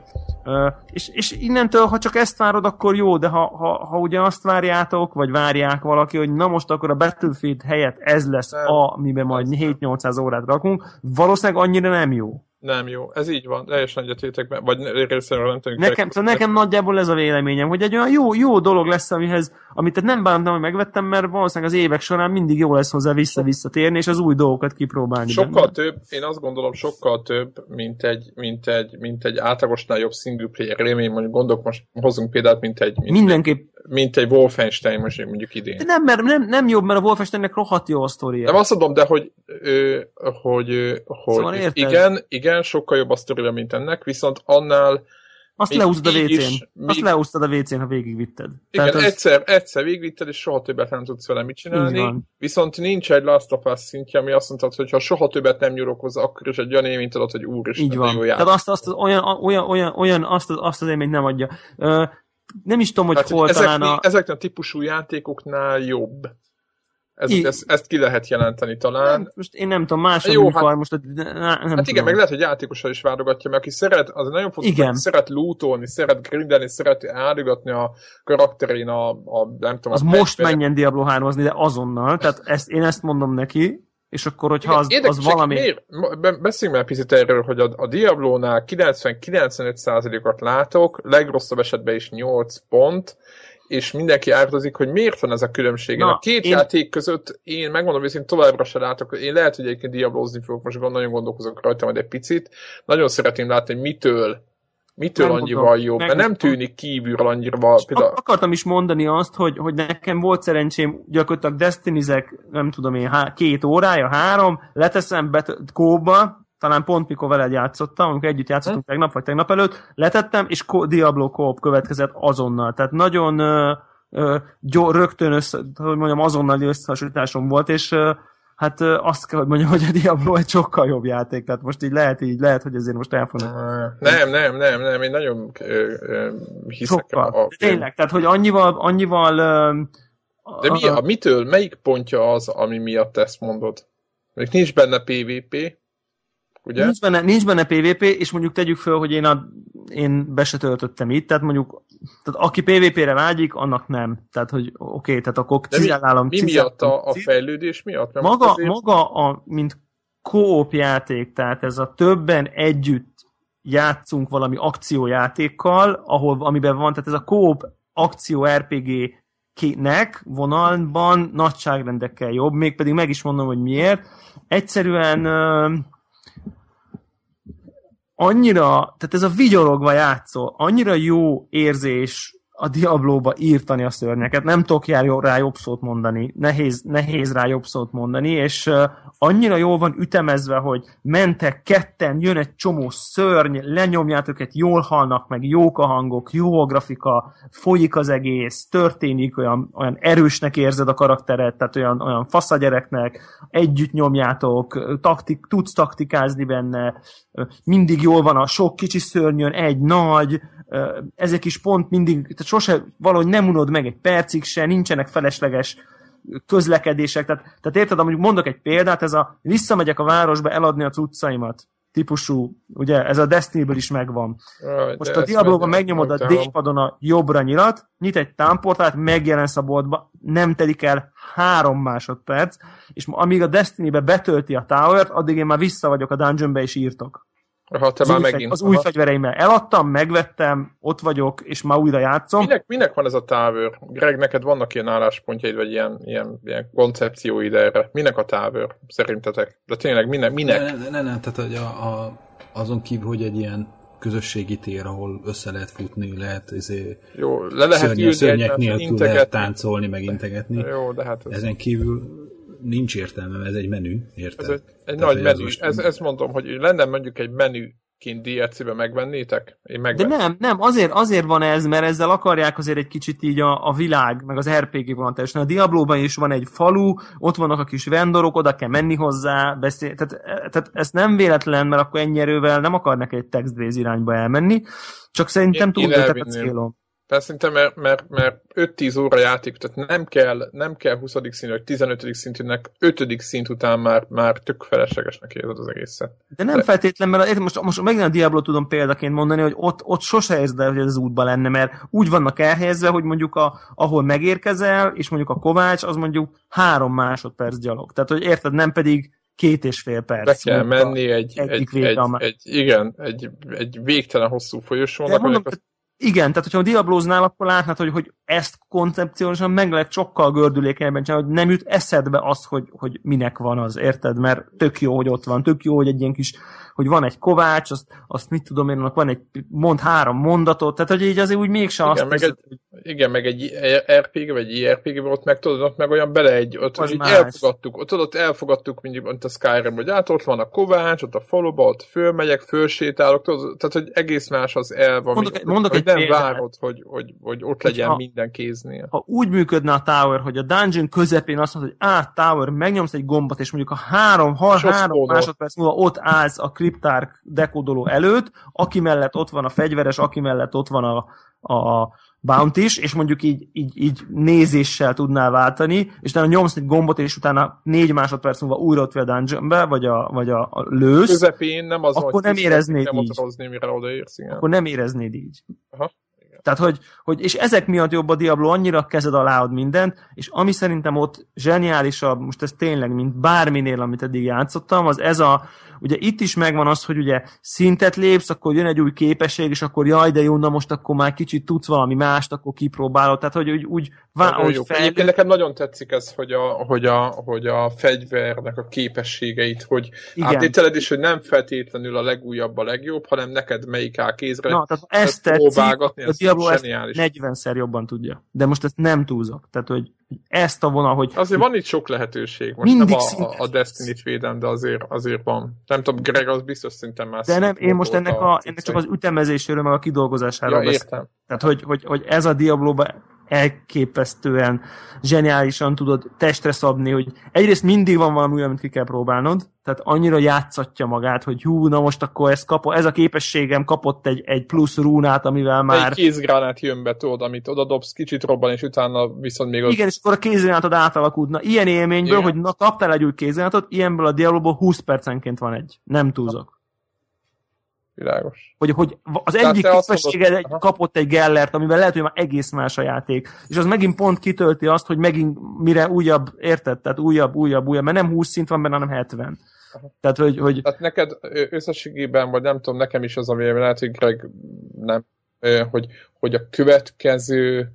és innentől, ha csak ezt várod, akkor jó, de ha ugye azt várjátok, vagy várják valaki, hogy na most akkor a Battlefield helyett ez lesz amiben majd 7-800 órát rakunk, valószínűleg annyira nem jó. Nem jó, ez így van, teljesen egyetétek, vagy részéről nem tudjuk. Nekem nagyjából ez a véleményem, hogy egy olyan jó dolog lesz, amit nem bántam, hogy megvettem, mert valószínűleg az évek során mindig jó lesz hozzá visszatérni, és az új dolgokat kipróbálni. Sokkal több, én azt gondolom, sokkal több, mint egy átlagosnál jobb single player élmény, mondjuk gondolok, most hozzunk példát, mint egy Wolfenstein, most mondjuk idén. De nem jobb, mert a Wolfensteinnek rohadt jó a sztoria. Nem azt mondom, de hogy szóval igen, sokkal jobb a sztoria, mint ennek, viszont annál azt leúsztad a WC-n. Azt leúsztad a WC-n, ha végigvitted. Igen, egyszer végigvitted, és soha többet nem tudsz vele mit csinálni. Viszont nincs egy Last of Us szintje, ami azt mondtad, hogy ha soha többet nem nyúlok hozzá, akkor is egy olyan élményt adod, hogy úristen, jó játék. Tehát azt az élményt nem adja. Nem is tudom, hogy hol talán ezeknek a típusú játékoknál jobb. Ezt ki lehet jelenteni talán. Nem, most én nem tudom, más a műfaj, most hát igen, meg lehet, hogy játékossal is válogatja, mert aki szeret, az nagyon fontos, hogy szeret lootolni, szeret grindelni, szeret áldogatni a karakterén nem tudom. Az most menjen Diablo 3-ozni, de azonnal, tehát én ezt mondom neki, és akkor, hogyha az valami... Beszéljünk már picit erről, hogy a Diablónál 90-95%-ot látok, legrosszabb esetben is 8 pont, és mindenki ártozik, hogy miért van ez a különbség. A két játék között én megmondom, hogy én továbbra se látok, én lehet, hogy egyébként diablózni fogok, most nagyon gondolkozok rajta majd egy picit. Nagyon szeretném látni, hogy mitől annyival jobb, mert nem tűnik kívülről annyira. Akartam is mondani azt, hogy nekem volt szerencsém, gyakorlatilag Destiny-zek, nem tudom én, 2 órája, 3, leteszem kóba, talán pont mikor veled játszottam, amikor együtt játszottunk tegnap vagy tegnap előtt, letettem, és Diablo Co-op következett azonnal. Tehát nagyon rögtön azonnali összehasonlításom volt, és hát azt kell, hogy mondjam, hogy a Diablo egy sokkal jobb játék, tehát most így lehet, hogy ezért most elfogom. Nem, én nagyon hiszek tényleg, tehát hogy annyival de melyik pontja az, ami miatt ezt mondod? Még nincs benne PvP, ugye? Nincs benne PvP, és mondjuk tegyük föl, hogy én be se töltöttem itt, tehát mondjuk, aki PvP-re vágyik, annak nem. Tehát, hogy oké, tehát akkor cizellálom. Mi miatt a fejlődés miatt? Maga mint co-op játék, tehát ez a többen együtt játszunk valami akciójátékkal, amiben van, tehát ez a co-op akció RPG-nek vonalban nagyságrendekkel jobb, mégpedig meg is mondom, hogy miért. Egyszerűen annyira, tehát ez a vigyorogva játszol, annyira jó érzés a Diablóba írtani a szörnyeket, nem tudok rá jobb szót mondani, nehéz rá jobb szót mondani, és annyira jól van ütemezve, hogy mentek ketten, jön egy csomó szörny, lenyomjátok őket, jól halnak meg, jók a hangok, jó a grafika, folyik az egész, történik, olyan erősnek érzed a karakteret, tehát olyan fasz a gyereknek, együtt nyomjátok, tudsz taktikázni benne, mindig jól van a sok kicsi szörnyön, egy nagy, ezek is pont mindig, tehát sose valahogy nem unod meg egy percig se, nincsenek felesleges közlekedések, tehát érted, mondjuk mondok egy példát, ez a visszamegyek a városba eladni a cuccaimat típusú, ugye, ez a Destiny-ből is megvan. Most a Diablo-ban megnyomod a D-padon a jobbra nyilat, nyit egy támportált, megjelensz a boltba, nem telik el 3 másodperc, és amíg a Destiny-be betölti a Tower-t, addig én már vissza vagyok a dungeonbe és írtok. Az új fegyvereimmel eladtam, megvettem, ott vagyok, és már újra játszom. Minek van ez a Tower? Greg, neked vannak ilyen álláspontjaid, vagy ilyen koncepcióid erre? Minek a Tower, szerintetek? De tényleg minek? Nem, tehát azon kívül, hogy egy ilyen közösségi tér, ahol össze lehet futni, lehet jó, le lehet szörnyek nélkül lehet táncolni, meg integetni. Jó, de hát ezen kívül nincs értelme, ez egy menü, érted? Ez egy nagy menü. Ezt mondom, hogy lenne mondjuk egy menüként DLC-be megvennétek? De nem, azért van ez, mert ezzel akarják azért egy kicsit így a világ, meg az RPG vonatásban. A Diablóban is van egy falu, ott vannak a kis vendorok, oda kell menni hozzá, tehát ez nem véletlen, mert akkor ennyi erővel nem akarnak egy text-based irányba elmenni, csak szerintem túl ötlet a célom. Tehát szerintem, mert 5-10 óra játék, tehát nem kell 20. szint, vagy 15. szintűnek 5. szint után már tök feleslegesnek érzed az egészet. De nem feltétlenül, mert most megint a Diablo tudom példaként mondani, hogy ott sose érzed el, hogy ez az útban lenne, mert úgy vannak elhelyezve, hogy mondjuk ahol megérkezel, és mondjuk a kovács, az mondjuk 3 másodperc gyalog. Tehát, hogy érted, nem pedig 2,5 perc. Be kell menni egy végtelen hosszú folyosónak. Igen, tehát hogyha a Diabloznál, akkor látnád, hogy ezt koncepciósan meg lehet sokkal gördülékenyebben csinálni, hogy nem jut eszedbe az, hogy minek van az, érted? Mert tök jó, hogy ott van, tök jó, hogy egy ilyen kis, hogy van egy kovács, azt mit tudom én, van egy, mond 3 mondatot, tehát hogy így azért úgy mégsem igen, azt hiszem, meg egy RPG vagy egy IRPG-ben ott meg tudod, ott meg olyan bele egy, ott elfogadtuk mint a Skyrim, hogy ott van a kovács, ott a faluba, ott fölmegyek, fölsétálok, tehát hogy egész más az elv, mondok egy nem várod, hogy ott legyen minden kéznél. Ha úgy működne a Tower, hogy a dungeon közepén azt mondod, hogy Tower, megnyomsz egy gombot, és mondjuk a 3 másodperc múlva ott állsz a kriptárk dekódoló előtt, aki mellett ott van a fegyveres, aki mellett ott van a bounty-s, és mondjuk így nézéssel tudnál váltani, és utána nyomsz egy gombot, és utána 4 másodperc múlva újra ott vagy a dungeonbe, vagy a lősz, közepén nem az, akkor nem éreznéd így. Mire odaérsz, igen. Akkor nem éreznéd így. Aha. Tehát, és ezek miatt jobb a Diablo, annyira kezed alá ad mindent, és ami szerintem ott zseniálisabb, most ez tényleg, mint bárminél, amit eddig játszottam, az ez ugye itt is megvan az, hogy ugye szintet lépsz, akkor jön egy új képesség, és akkor jaj, de jó, na most akkor már kicsit tudsz valami mást, akkor kipróbálod, tehát hogy úgy Egyébként nekem nagyon tetszik ez, hogy a fegyvernek a képességeit, hogy átételed is, hogy nem feltétlenül a legújabb a legjobb, hanem neked melyik áll kézre. Na, tehát ezt próbálgatni, a Diablo ezt 40-szer jobban tudja. De most ezt nem túlzok. Tehát, hogy ezt a vonal, hogy... Azért van itt sok lehetőség. Most nem a Destiny-t védem, de azért van. Nem tudom, Greg, az biztos szinten már... De nem, én most ennek csak az ütemezéséről, meg a kidolgozásáról beszélek. Tehát, hogy ez a Diablo-ban elképesztően zseniálisan tudod testre szabni, hogy egyrészt mindig van valami olyan, amit ki kell próbálnod, tehát annyira játszatja magát, hogy na most akkor ez a képességem kapott egy plusz rúnát, amivel már... Egy kézgránát jön be, tudod, amit odadobsz, kicsit robban, és utána viszont még Igen, és akkor a kézgránátod átalakulna. Ilyen élményből, hogy kaptál egy új kézgránátot, ilyenből a Diablo-ból 20 percenként van egy. Nem túlzok. Világos. Hogy az egyik képessége kapott egy Gellert, amivel lehet, hogy már egész más a játék. És az megint pont kitölti azt, hogy megint mire újabb, érted? Tehát újabb, mert nem 20 szint van benne, hanem 70. Tehát, Tehát neked összességében, vagy nem tudom, nekem is az a vélemény, lehet, hogy Greg nem, hogy a következő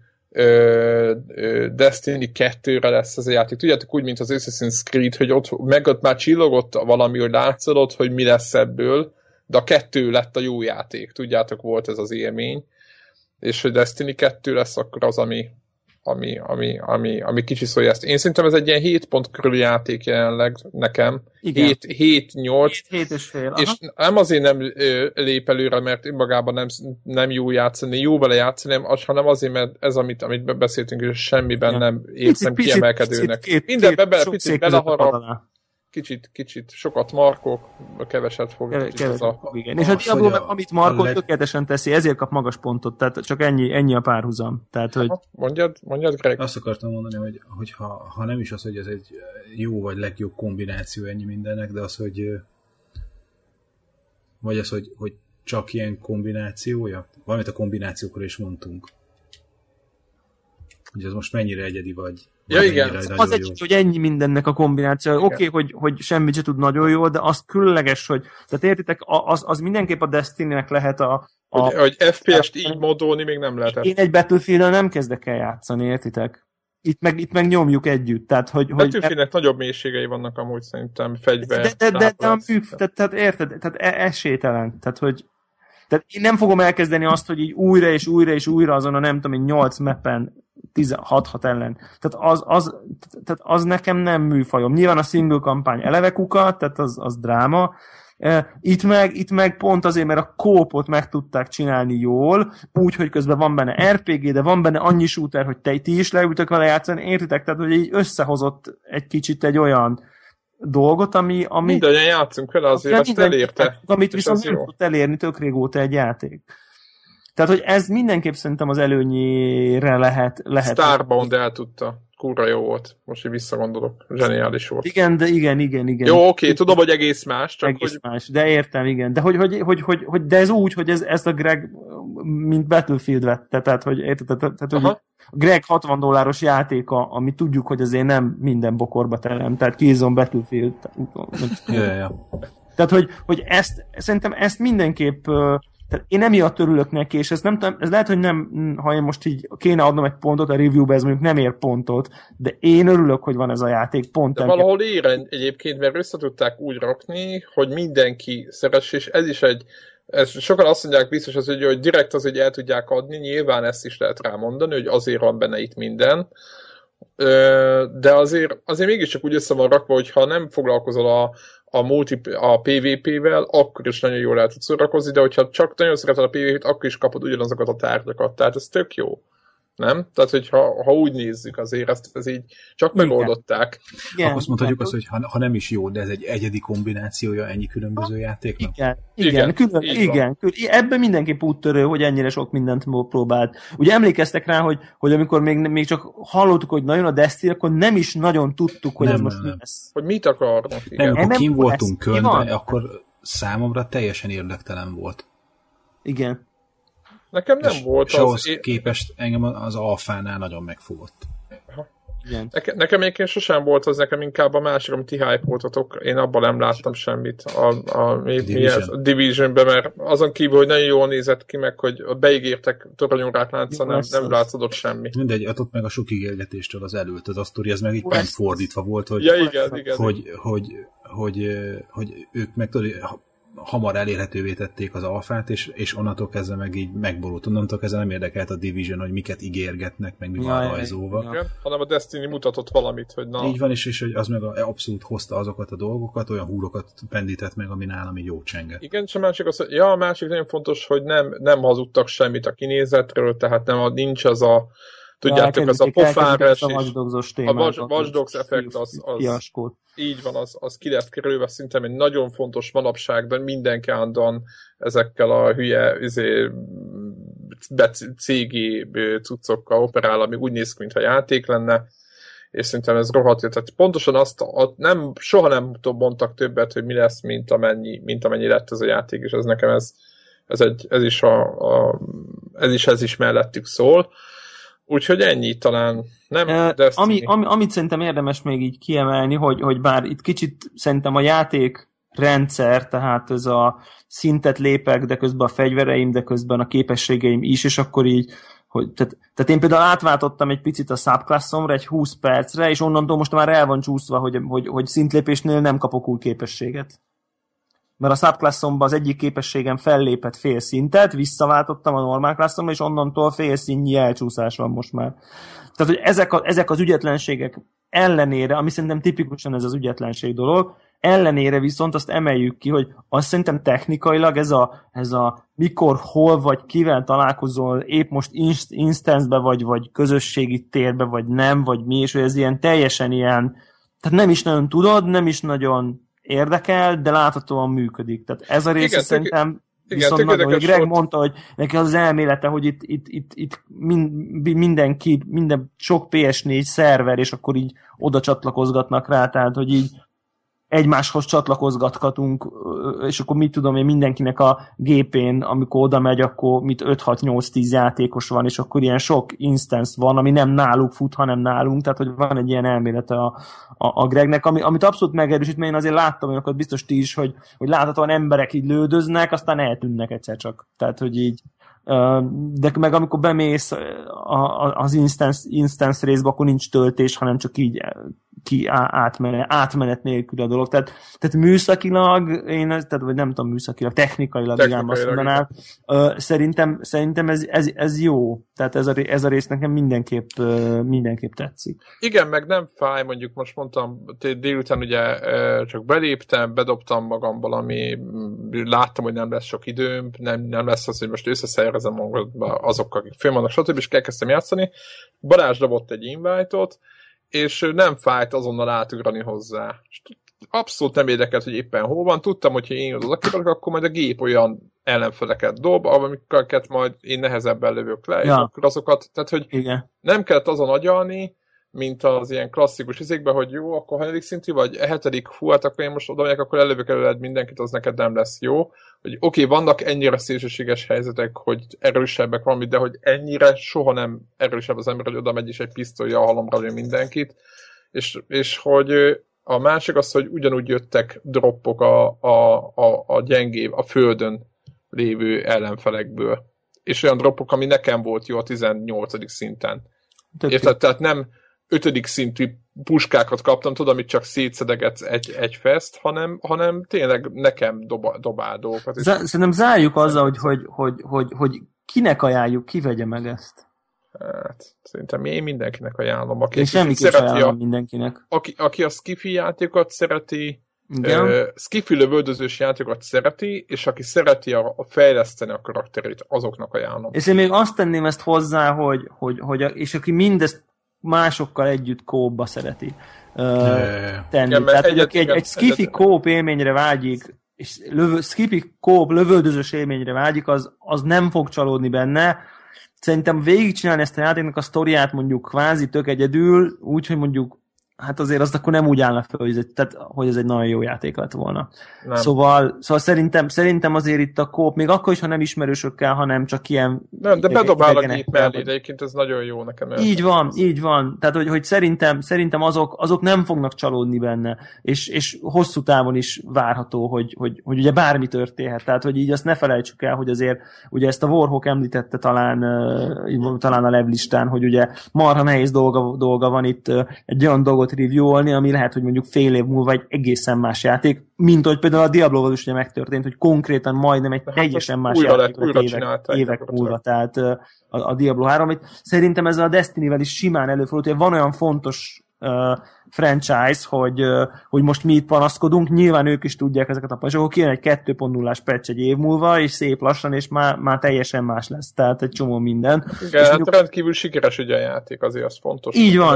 Destiny 2-re lesz ez a játék. Tudjátok, úgy, mint az Assassin's Creed, hogy ott már csillogott valami, hogy látszolod, hogy mi lesz ebből, de a 2 lett a jó játék. Tudjátok, volt ez az élmény. És hogy Destiny 2 lesz akkor az, ami kicsiszolja ezt. Én szerintem ez egy ilyen 7 pont körül játék jelenleg nekem. 7-8. 7,5. És nem azért nem lép előre, mert önmagában nem jó játszani, jó vele játszani, hanem azért, mert ez, amit beszéltünk, és semmiben nem érzem kiemelkedőnek. Mindenbe picit beleharap. Kicsit sokat markok, keveset fog. Igen. És a Diablo meg amit markol, tökéletesen teszi, ezért kap magas pontot, tehát csak ennyi a párhuzam. Tehát, hogy... Mondjad, Greg. Azt akartam mondani, hogy ha nem is az, hogy ez egy jó vagy legjobb kombináció ennyi mindennek, de az, hogy vagy az, hogy csak ilyen kombinációja? Valamit a kombinációkról is mondtunk. Hogy az most mennyire egyedi vagy. Ja, igen. Az egy, hogy ennyi mindennek a kombináció. Oké, hogy semmit se tud nagyon jól, de az különleges, hogy tehát értitek, az mindenképp a Destiny-nek lehet hogy FPS-t így modolni még nem lehet. Én egy Battlefield-el nem kezdek el játszani, értitek? Itt meg nyomjuk együtt. Tehát, Battlefield-nek nagyobb mélységei vannak amúgy szerintem, fegyver. De a műf, tehát érted? Tehát esélytelen. Tehát én nem fogom elkezdeni azt, hogy így újra és újra és újra azon a nem tudom, 8 mappen 16 ellen. Tehát az nekem nem műfajom. Nyilván a single kampány eleve kuka, tehát az dráma. Itt meg pont azért, mert a kópot meg tudták csinálni jól, úgy, hogy közben van benne RPG, de van benne annyi shooter, hogy ti is leültök vele játszani, értitek? Tehát, hogy így összehozott egy kicsit egy olyan dolgot, ami... Mindannyian játszunk vele, azért ezt elérte. Amit viszont nem tudott elérni tök régóta egy játék. Tehát, hogy ez mindenképp szerintem az előnyére lehet. Starbound el tudta. Kurva jó volt. Most így visszagondolok. Zseniális volt. Igen, de igen. Jó, oké, tudom, hogy egész más, csak egész hogy... más, de értem, igen. De de ez úgy, hogy ez a Greg mint Battlefield vette, tehát, hogy érted, tehát, hogy a Greg $60 játéka, ami tudjuk, hogy azért nem minden bokorba terem, tehát Killzone Battlefield. Tehát, hogy szerintem ezt mindenképp tehát én emiatt örülök neki, és ez lehet, hogy nem, ha én most így kéne adnom egy pontot a reviewbe, ez mondjuk nem ér pontot, de én örülök, hogy van ez a játék, pont. De valahol ér egyébként, mert össze tudták úgy rakni, hogy mindenki szeress, és ez is sokan azt mondják biztos, hogy direkt az, hogy el tudják adni, nyilván ezt is lehet rámondani, hogy azért van benne itt minden, de azért mégiscsak úgy össze van rakva, hogy ha nem foglalkozol a PvP-vel, akkor is nagyon jól lehet szórakozni, de hogyha csak nagyon szereted a PvP-t, akkor is kapod ugyanazokat a tárgyakat. Tehát ez tök jó. Nem? Tehát, hogyha úgy nézzük azért, ez így csak megoldották. Igen. Akkor azt mondhatjuk azt, hogy ha nem is jó, de ez egy egyedi kombinációja ennyi különböző játéknak? Igen. Ebben mindenképp úttörő, hogy ennyire sok mindent próbált. Ugye emlékeztek rá, hogy amikor még csak hallottuk, hogy nagyon a Destiny, akkor nem is nagyon tudtuk, hogy ez most mi lesz. Hogy mit akarnak. Nem, amikor kim voltunk Kölnbe, akkor számomra teljesen érdektelen volt. Igen. Nekem nem volt az... ahhoz képest engem az alfánál nagyon megfogott. Igen. Nekem egyébként sosem volt az, nekem inkább a másik, amit ti hype-oltatok. Én abban nem láttam semmit a Division-ben, mert azon kívül, hogy nagyon jól nézett ki, meg hogy beígértek toronyórát látszani, nem látszódott semmi. Mindegy, ott meg a sok ígérgetéstől az előtt, az Asztori, ez meg így pont fordítva volt, hogy, hogy ők meg tudod, hamar elérhetővé tették az alfát, és onnantól kezdve meg így megborult. Onnantól kezdve nem érdekelt a Division, hogy miket ígérgetnek, meg mi van rajzolva. Igen, hanem a Destiny mutatott valamit, hogy na... Így van, és hogy az meg abszolút hozta azokat a dolgokat, olyan húrokat pendített meg, ami nálam így jó csenge. Igen, és a másik az, hogy a másik nagyon fontos, hogy nem hazudtak semmit a kinézetről, tehát nincs az a tudjátok, az a pofáres a Watch Dogs effekt az így van, az ki lett kerülve, szinte egy nagyon fontos manapság, de mindenki állandóan ezekkel a hülye cégi cuccokkal operál, ami úgy néz ki, mintha játék lenne, és szerintem ez rohadt. Tehát pontosan soha nem mondtak többet, hogy mi lesz, mint amennyi lett ez a játék, és ez nekem ez is mellettük szól. Úgyhogy ennyi talán. Nem amit szerintem érdemes még így kiemelni, hogy bár itt kicsit szerintem a játék rendszer, tehát ez a szintet lépek, de közben a fegyvereim, de közben a képességeim is, és akkor így, tehát én például átváltottam egy picit a subclassomra egy 20 percre, és onnantól most már el van csúszva, hogy szintlépésnél nem kapok új képességet. Mert a subclassomban az egyik képességem fellépett fél szintet, visszaváltottam a normál classomra, és onnantól fél szintnyi elcsúszás van most már. Tehát, hogy ezek az ügyetlenségek ellenére, ami szerintem tipikusan ez az ügyetlenség dolog, ellenére viszont azt emeljük ki, hogy azt szerintem technikailag ez a mikor, hol vagy kivel találkozol, épp most instance-be vagy közösségi térbe, vagy nem, vagy mi, és hogy ez ilyen teljesen ilyen, tehát nem is nagyon tudod, nem is nagyon érdekel, de láthatóan működik. Tehát ez a része szerintem viszont nagyon, hogy Greg mondta, hogy neki az elmélete, hogy itt minden sok PS4 szerver, és akkor így oda csatlakozgatnak rá, tehát hogy így egymáshoz csatlakozgathatunk, és akkor mit tudom én, mindenkinek a gépén, amikor oda megy, akkor 5-6-8-10 játékos van, és akkor ilyen sok instance van, ami nem náluk fut, hanem nálunk, tehát hogy van egy ilyen elmélete a Gregnek, amit abszolút megerősít, mert én azért láttam olyanokat, biztos ti is, hogy láthatóan emberek így lődöznek, aztán eltűnnek egyszer csak. Tehát, hogy így de meg amikor bemész az instance részbe, akkor nincs töltés, hanem csak így átmenet nélkül a dolog. Tehát műszakilag, vagy nem tudom műszakilag, technikailag azt mondanám, szerintem ez jó. Tehát ez a rész nekem mindenképp tetszik. Igen, meg nem fáj, mondjuk most mondtam, délután ugye csak beléptem, bedobtam magam valami, láttam, hogy nem lesz sok időm, nem lesz az, hogy most összeszervezem magamba azokkal, akik fönn vannak, stb. És elkezdtem játszani. Balázs dobott egy invite-ot, és nem fájt azonnal átugrani hozzá. abszolút nem érdekelt, hogy éppen hol van. Tudtam, hogy ha én oda kibalok, akkor majd a gép olyan ellenfeleket dob, amiket majd én nehezebben lövök le, és akkor azokat, tehát hogy nem kellett azon agyalni, mint az ilyen klasszikus izékben, hogy jó, akkor hanyadik szintű, vagy 7. Hát akkor én most oda megyek, akkor elővök előled mindenkit, az neked nem lesz jó. Hogy oké, vannak ennyire szélsőséges helyzetek, hogy erősebbek valamit, de hogy ennyire soha nem erősebb az ember, hogy oda megy és egy pisztolya a halomra lő mindenkit. És hogy a másik az, hogy ugyanúgy jöttek droppok a gyengébb, a földön lévő ellenfelekből. És olyan droppok, ami nekem volt jó a 18. szinten. Érted? Tehát nem 5. szintű puskákat kaptam, tudom, amit csak szétszedegetsz egy fest, hanem tényleg nekem dobál dolgokat. Szerintem zárjuk azzal, hogy kinek ajánljuk, ki vegye meg ezt. Hát, szerintem én mindenkinek ajánlom. Én semmiképp ajánlom mindenkinek. Aki a skifi játékokat szereti, skifi lövöldözős játékokat szereti, és aki szereti fejleszteni a karakterét, azoknak ajánlom. És én még azt tenném ezt hozzá, hogy és aki mindezt másokkal együtt kóba szereti tenni. Igen, tehát, aki egy skifi kóp élményre vágyik, és skifi kóp lövöldözős élményre vágyik, az nem fog csalódni benne. Szerintem végigcsinálni ezt a játéknak a sztoriát mondjuk kvázi tök egyedül, úgyhogy mondjuk hát azért azt akkor nem úgy állna fel, hogy ez egy nagyon jó játék lett volna. Szóval szerintem azért itt a kóp, még akkor is, ha nem ismerősökkel, hanem csak ilyen... Nem, de bedobál a gép mellé, de egyébként ez nagyon jó nekem. Így van. Tehát, hogy szerintem azok nem fognak csalódni benne, és hosszú távon is várható, hogy ugye bármi történhet. Tehát, hogy így azt ne felejtsük el, hogy azért ugye ezt a Warhawk említette talán a levlistán, hogy ugye marha nehéz dolga van itt egy olyan dolgot reviewolni, ami lehet, hogy mondjuk fél év múlva egy egészen más játék, mint hogy például a Diablo-val is ugye megtörtént, hogy konkrétan majdnem egy teljesen más játék lett évek múlva, tehát a Diablo 3. Szerintem ezzel a Destiny-vel is simán előfordult, hogy van olyan fontos franchise, hogy most mi itt panaszkodunk, nyilván ők is tudják ezeket a pasokok, kijön egy 2.0-ás patch egy év múlva, és szép lassan, és már teljesen más lesz, tehát egy csomó minden. Igen, és hát rendkívül sikeres ugye a játék, azért az fontos.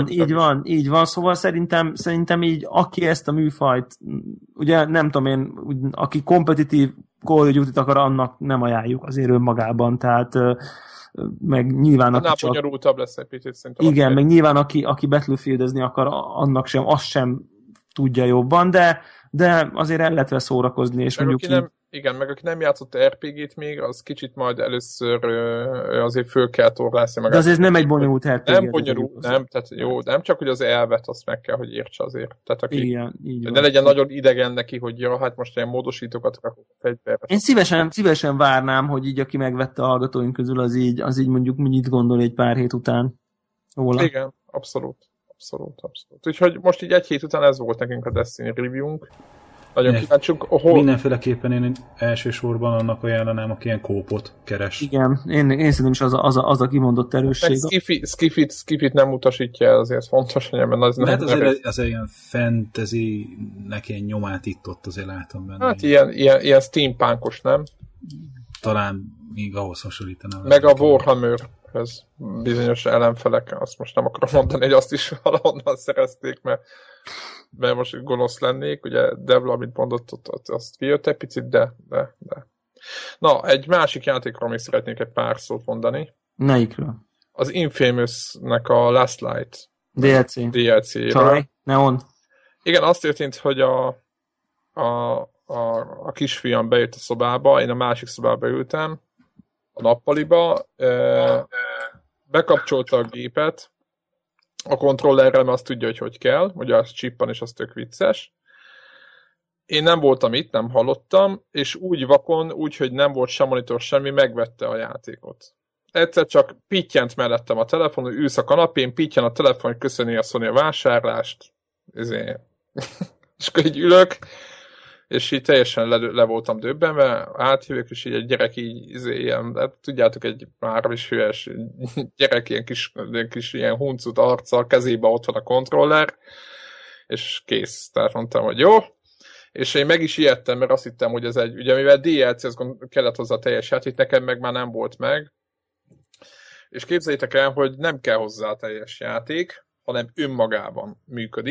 Így van, szóval szerintem így, aki ezt a műfajt, ugye nem tudom én, aki kompetitív Call of Duty-t akar, annak nem ajánljuk azért önmagában, tehát meg nyilván annál bonyolultabb lesz egy picit szerintem. Igen, meg nyilván aki Battlefieldezni akar, annak sem, azt sem tudja jobban, de azért el lehet vele szórakozni, és meg mondjuk meg aki nem játszott RPG-t még, az kicsit majd először azért föl kell torlászni magát. De azért nem egy bonyolult RPG. Nem bonyolult, nem, tehát jó, nem csak, hogy az elvet azt meg kell, hogy értse azért. Tehát aki igen, így ne legyen nagyon idegen neki, hogy ja, hát most ilyen módosítókat rakok a fegyverre. Én szívesen várnám, hogy így aki megvette a hallgatóink közül, az így mondjuk mit gondol egy pár hét után róla. Igen, abszolút. Úgyhogy most így egy hét után ez volt nekünk a Destiny review-nk. Nagyon kíváncsiunk. Mindenféleképpen én elsősorban annak ajánlanám, aki ilyen kópot keres. Igen, én szerintem is az a kimondott erősség. Skifit nem utasítja el, azért fontos, hogy ebben az nem... azért ilyen fantasy-nek ilyen nyomát itt-ott azért látom benne. Hát ilyen steampunkos, nem? Talán még ahhoz hasonlítanám. Meg a Warhammerhez bizonyos ellenfelek, azt most nem akarom mondani, hogy azt is valahonnan szerezték, mert most gonosz lennék, ugye Devla, amit mondott, azt kijött egy picit, de. Na, egy másik játékról még szeretnék egy pár szót mondani. Melyikről? Az Infamous-nek a Last Light DLC-ről. Csaj, Neon. Igen, azt történt, hogy a kisfiam bejött a szobába, én a másik szobába ültem, a nappaliba, bekapcsolta a gépet, a kontrollerrel, mert azt tudja, hogy kell, ugye az csippan, és az tök vicces. Én nem voltam itt, nem hallottam, és úgy vakon, úgy, hogy nem volt sem monitor, semmi, megvette a játékot. Egyszer csak pittyent mellettem a telefon, hogy ülsz a kanapén, pittyen a telefon, hogy köszöni a Sony a vásárlást. És akkor így ülök, és így teljesen le voltam döbbenve, áthívjuk, és így egy gyerek így, ilyen, hát tudjátok, egy 3 és hülyes gyerek, ilyen kis ilyen huncut arccal, kezébe ott van a kontroller, és kész. Tehát mondtam, hogy jó. És én meg is ijedtem, mert azt hittem, hogy ez egy, ugye mivel DLC, az kellett hozzá a teljes játék, nekem meg már nem volt meg. És képzeljétek el, hogy nem kell hozzá a teljes játék, hanem önmagában működik.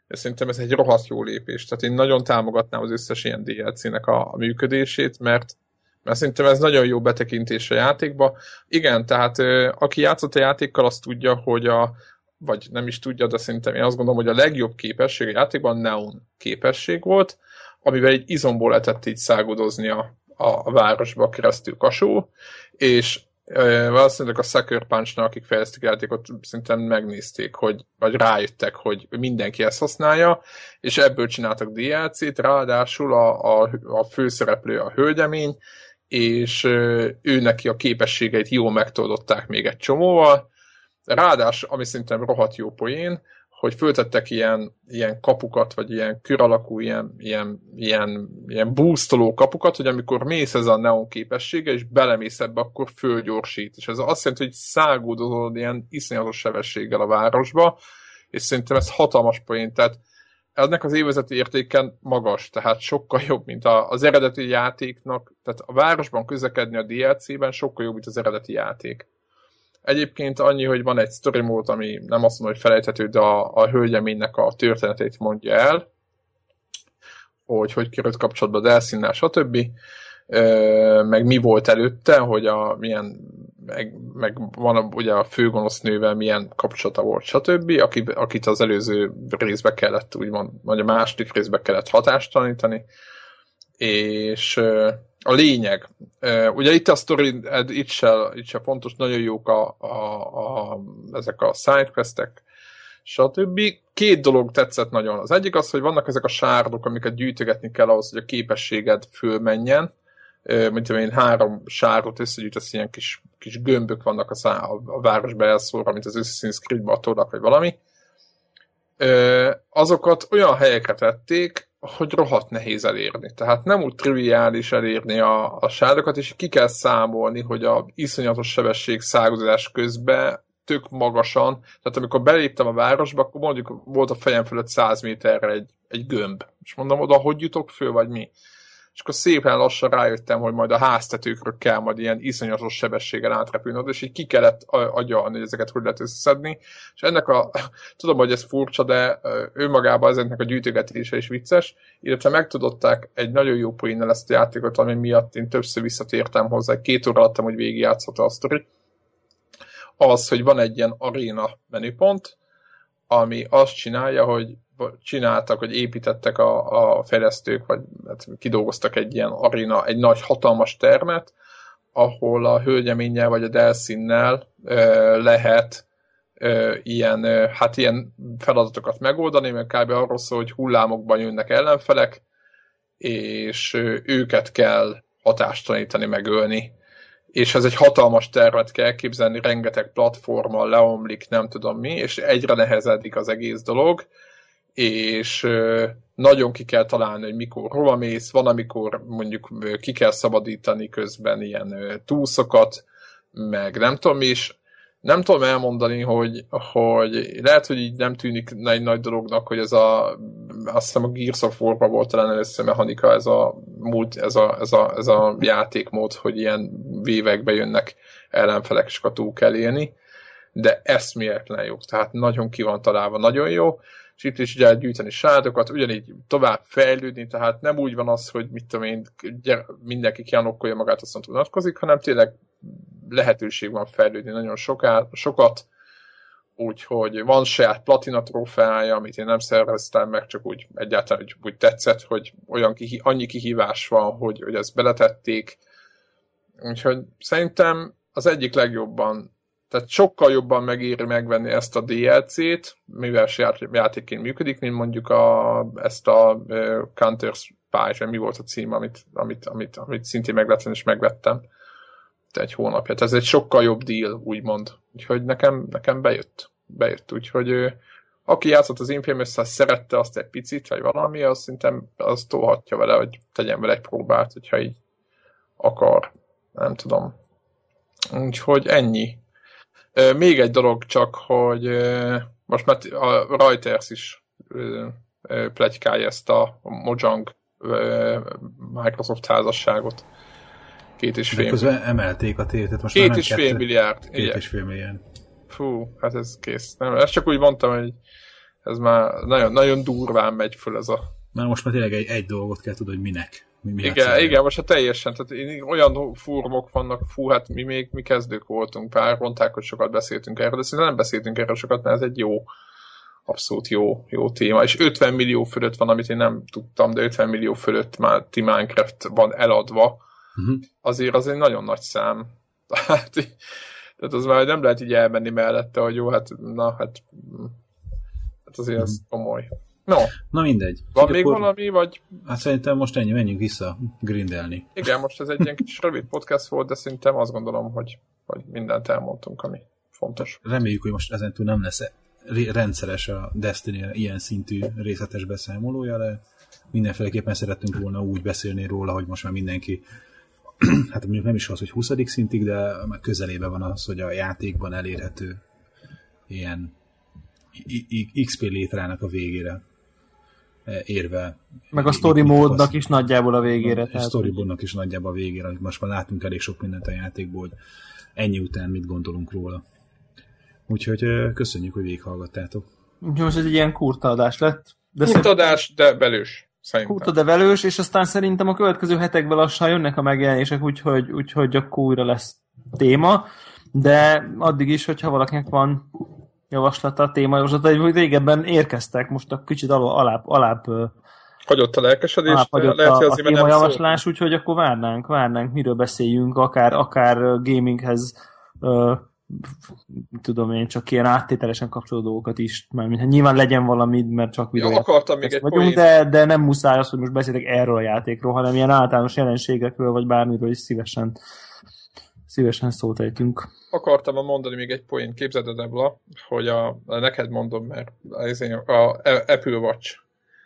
és szerintem ez egy rohadt jó lépés. Tehát én nagyon támogatnám az összes ilyen DLC-nek a működését, mert szerintem ez nagyon jó betekintés a játékba. Igen, tehát aki játszott a játékkal, azt tudja, hogy vagy nem is tudja, de szerintem én azt gondolom, hogy a legjobb képesség a játékban Neon képesség volt, amivel egy izomból lehetett így szágudozni a városba keresztül Kasó, és valószínűleg a Sucker Punch-nak, akik fejlesztik a játékot, szerintem megnézték, vagy rájöttek, hogy mindenki ezt használja, és ebből csináltak DLC-t, ráadásul a főszereplő a hölgyemény, és ő neki a képességeit jól megtoldották még egy csomóval. Ráadásul, ami szerintem rohadt jó poén, hogy föltettek ilyen kapukat, vagy ilyen kör alakú, ilyen boostoló kapukat, hogy amikor mész ez a Neon képessége, és belemész ebbe, akkor fölgyorsít. És ez azt jelenti, hogy száguldozod ilyen iszonyatos sebességgel a városba, és szerintem ez hatalmas poén. Tehát ennek az évezeti értéken magas, tehát sokkal jobb, mint az eredeti játéknak. Tehát a városban közlekedni a DLC-ben sokkal jobb, mint az eredeti játék. Egyébként annyi, hogy van egy story mód, ami nem azt mondom, hogy felejthető, de a hölgyeménynek a történetét mondja el, hogy került kapcsolatba Delsinnel, stb. Meg mi volt előtte, hogy meg van ugye a főgonosznővel milyen kapcsolata volt, stb., akit az előző részbe kellett, úgymond, vagy a második részbe kellett hatástalanítani, és a lényeg. Ugye itt a sztori, itt se fontos, nagyon jók ezek a sidequestek, stb. Két dolog tetszett nagyon. Az egyik az, hogy vannak ezek a sárdok, amiket gyűjtögetni kell ahhoz, hogy a képességed fölmenjen. Mint én 3 sárdot összegyűjtesz, ilyen kis gömbök vannak a városba elszórva, mint az Assassin's Creed-be a tornak, vagy valami. Azokat olyan helyekre tették, hogy rohadt nehéz elérni. Tehát nem úgy triviális elérni a sárdokat, és ki kell számolni, hogy a iszonyatos sebesség szágudozás közben tök magasan, tehát amikor beléptem a városba, akkor mondjuk volt a fejem fölött 100 méterre egy gömb. És mondom, oda hogy jutok föl, vagy mi? És akkor szépen lassan rájöttem, hogy majd a háztetőkről kell majd ilyen iszonyatos sebességgel átrepülnöd, és így ki kellett agyalni, hogy ezeket hogy lehet összeszedni. És ennek tudom, hogy ez furcsa, de önmagában ezeknek a gyűjtögetése is vicces, illetve megtudották egy nagyon jó poénnel ezt a játékot, ami miatt én többször visszatértem hozzá, 2 óra alattam, hogy végigjátszhatta a sztori. Az, hogy van egy ilyen aréna menüpont, ami azt csinálja, hogy építettek a fejlesztők, vagy kidolgoztak egy ilyen aréna, egy nagy hatalmas termet, ahol a hölgyeménnyel vagy a Delsinnel lehet ilyen feladatokat megoldani, mert kb. Arról szól, hogy hullámokban jönnek ellenfelek, és őket kell hatástalanítani, megölni. És ez egy hatalmas tervet kell képzelni, rengeteg platformmal leomlik, nem tudom mi, és egyre nehezedik az egész dolog, és nagyon ki kell találni, hogy mikor hova mész, van, amikor mondjuk ki kell szabadítani közben ilyen túszokat, meg nem tudom is. Nem tudom elmondani, hogy lehet, hogy így nem tűnik egy nagy dolognak, hogy azt hiszem a Gears of War-ban volt talán először mechanika, ez a játékmód, hogy ilyen vévekbe jönnek ellenfelek, és túl kell élni, de eszméletlen jó, tehát nagyon ki van találva, nagyon jó, és itt is ugye gyűjteni sárdokat, ugyanígy tovább fejlődni, tehát nem úgy van az, hogy mit tudom én, mindenki kianokkolja magát, aztán unatkozik, hanem tényleg lehetőség van fejlődni nagyon sokat, úgyhogy van saját platina trófeája, amit én nem szerveztem meg, csak úgy egyáltalán úgy tetszett, hogy annyi kihívás van, hogy ezt beletették. Úgyhogy szerintem az egyik legjobban, tehát sokkal jobban megéri megvenni ezt a DLC-t, mivel játékként működik, mint mondjuk ezt a Counter-Strike, vagy mi volt a cím, amit szintén megvettem, és megvettem egy hónapja. Tehát ez egy sokkal jobb deal, úgymond. Úgyhogy nekem bejött. Úgyhogy aki játszott az Infamous-szel, szerette azt egy picit, vagy valami, az szerintem az tolhatja vele, hogy tegyen vele egy próbát, hogyha így akar. Nem tudom. Úgyhogy ennyi. Még egy dolog csak, hogy most már a Reuters is pletykálja ezt a Mojang Microsoft házasságot. 2,5. Közben emelték a tétet. 2,5 milliárd. 2,5 milliárd. Fú, hát ez kész. Nem, ezt csak úgy mondtam, hogy Ez már nagyon, nagyon durván megy föl ez a... Mert most már tényleg egy dolgot kell tudni, hogy minek. Igen, most teljesen. Tehát olyan fórumok vannak, hát mi kezdők voltunk, pár mondták, hogy sokat beszéltünk erről, de szerintem nem beszéltünk erről sokat, mert ez egy abszolút jó téma. És 50 millió fölött van, amit én nem tudtam, de 50 millió fölött már Minecraft van eladva. Azért az egy nagyon nagy szám. Tehát az már nem lehet így elmenni mellette, hogy jó, hát azért ez komoly. No. Na mindegy. Van még valami, vagy... Hát szerintem most ennyi, menjünk vissza grindelni. Igen, most ez egy ilyen kis rövid podcast volt, de szerintem azt gondolom, hogy mindent elmondtunk, ami fontos. Reméljük, hogy most ezentúl nem lesz rendszeres a Destiny ilyen szintű részletes beszámolója, de mindenféleképpen szerettünk volna úgy beszélni róla, hogy most már mindenki, hát mondjuk nem is az, hogy 20. szintig, de már közelében van az, hogy a játékban elérhető ilyen XP létrának a végére érve. Meg a story módnak is nagyjából a végére. A story módnak is nagyjából a végére. Most már látunk elég sok mindent a játékból, hogy ennyi után mit gondolunk róla. Úgyhogy köszönjük, hogy végighallgattátok. Most ez egy ilyen kurtaadás lett. Kurtaadás, de velős. Kurta, de velős, és aztán szerintem a következő hetekben lassan jönnek a megjelenések, úgyhogy akkor újra lesz téma. De addig is, hogyha valakinek van javaslata, témajavaslata, hogy régebben érkeztek, most a kicsit alább hagyott a lelkesedés, lehet, a témajavaslás, úgyhogy akkor várnánk, miről beszéljünk, akár gaminghez, tudom én, csak ilyen áttételesen kapcsolódó dolgokat is, mert nyilván legyen valami, mert csak akartam még egy vagyunk, de nem muszáj az, hogy most beszélek erről a játékról, hanem ilyen általános jelenségekről, vagy bármiről is szívesen szót ejtünk. Akartam mondani még egy poént, képzeld el, Debla, hogy neked mondom, mert a Apple Watch.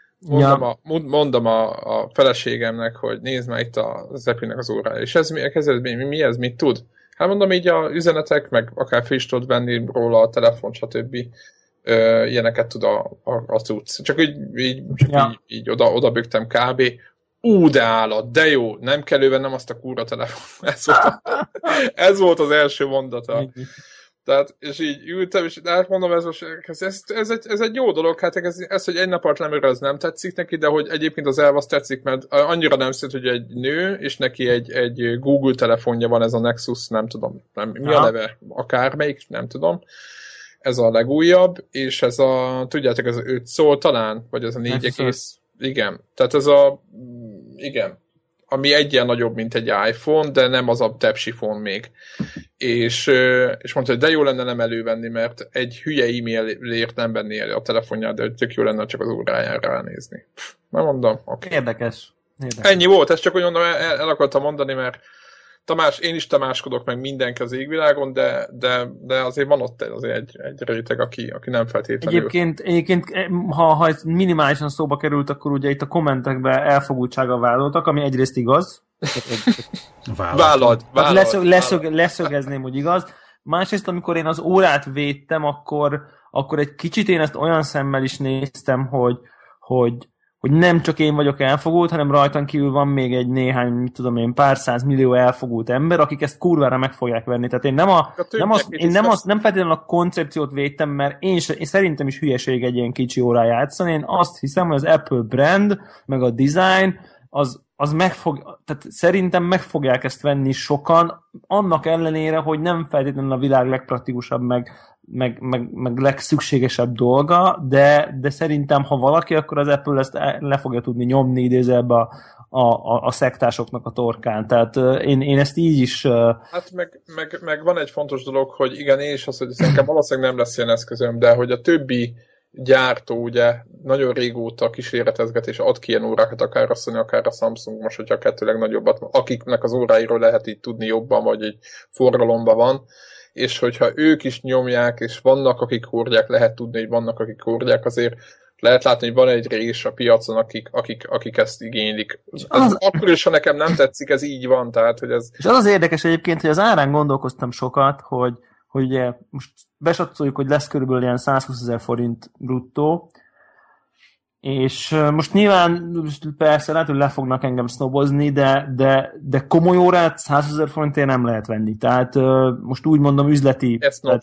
Mondom a feleségemnek, hogy nézd már itt az Apple-nek az órája, és ez mi ez, mit tud? Hát mondom, így a üzenetek, meg akár friss tudod venni róla a telefon, stb. Ilyeneket tud a cucc. Csak így oda bögtem kb. De állat, de jó, nem kell vennem azt a kurva telefon. Ez volt az első mondata. Tehát, és így ültem, és hát mondom, ez egy jó dolog, hát ez, hogy egy nap alatt leműre, az nem tetszik neki, de hogy egyébként az elv az tetszik, mert annyira nem szét, hogy egy nő, és neki egy Google telefonja van, ez a Nexus, nem tudom, mi a neve, akármelyik, nem tudom. Ez a legújabb, és ez tudjátok, ez 5 szól talán, vagy ez a 4, igen, tehát ez igen, ami egyen nagyobb, mint egy iPhone, de nem az a tepsifon még. És mondta, hogy de jó lenne nem elővenni, mert egy hülye e-mailért nem venni elő a telefonját, de tök jó lenne csak az órájára ránézni. Nem mondom, oké. Érdekes. Ennyi volt, ezt csak úgy mondom, el akartam mondani, mert én is tamáskodok meg mindenki az égvilágon, de azért van ott azért egy réteg, aki nem feltétlenül. Egyébként ha ez minimálisan szóba került, akkor ugye itt a kommentekben elfogultsággal vádoltak, ami egyrészt igaz. Vállad. Leszögezném, hogy igaz. Másrészt, amikor én az órát védtem, akkor egy kicsit én ezt olyan szemmel is néztem, hogy nem csak én vagyok elfogult, hanem rajtan kívül van még egy néhány, pár 100 millió elfogult ember, akik ezt kurvára meg fogják venni. Tehát én nem feltétlenül a koncepciót védtem, mert én szerintem is hülyeség egy ilyen kicsi órá játszani. Én azt hiszem, hogy az Apple brand, meg a design, tehát szerintem meg fogják ezt venni sokan, annak ellenére, hogy nem feltétlenül a világ legpraktikusabb, meg legszükségesebb dolga, de szerintem, ha valaki, akkor az Apple ezt le fogja tudni nyomni idézőjelbe a szektásoknak a torkán. Tehát én ezt így is... Hát meg van egy fontos dolog, hogy igen, én is azt, hogy szerintem valószínűleg nem lesz ilyen eszközöm, de hogy a többi gyártó ugye nagyon régóta kísérletezget és ad ki ilyen órákat, akár a Sony, akár a Samsung, most hogyha a kettő legnagyobbat, akiknek az óráiról lehet így tudni jobban, vagy egy forgalomban van, és hogyha ők is nyomják, és vannak, akik hordják, lehet tudni, hogy vannak, akik hordják, azért lehet látni, hogy van egy rés a piacon, akik ezt igénylik. Akkor is, ha nekem nem tetszik, ez így van, tehát, hogy ez... És az érdekes egyébként, hogy az árán gondolkoztam sokat, hogy ugye most besatszoljuk, hogy lesz körülbelül ilyen 120 000 forint bruttó, És most nyilván persze lehet, hogy le fognak engem sznobozni, de komoly órát 100 000 forintért nem lehet venni. Tehát most úgy mondom üzleti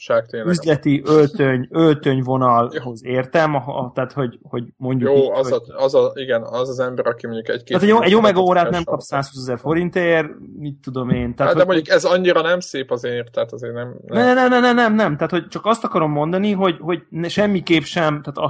öltönyvonalhoz értem, tehát hogy mondjuk jó, így, igen, az ember, aki mondjuk egy-két... Tehát egy Omega órát nem kap 120 000 forintért, mit tudom én. Tehát, de mondjuk ez annyira nem szép azért, tehát azért nem... Nem. Tehát hogy csak azt akarom mondani, hogy semmiképp sem, tehát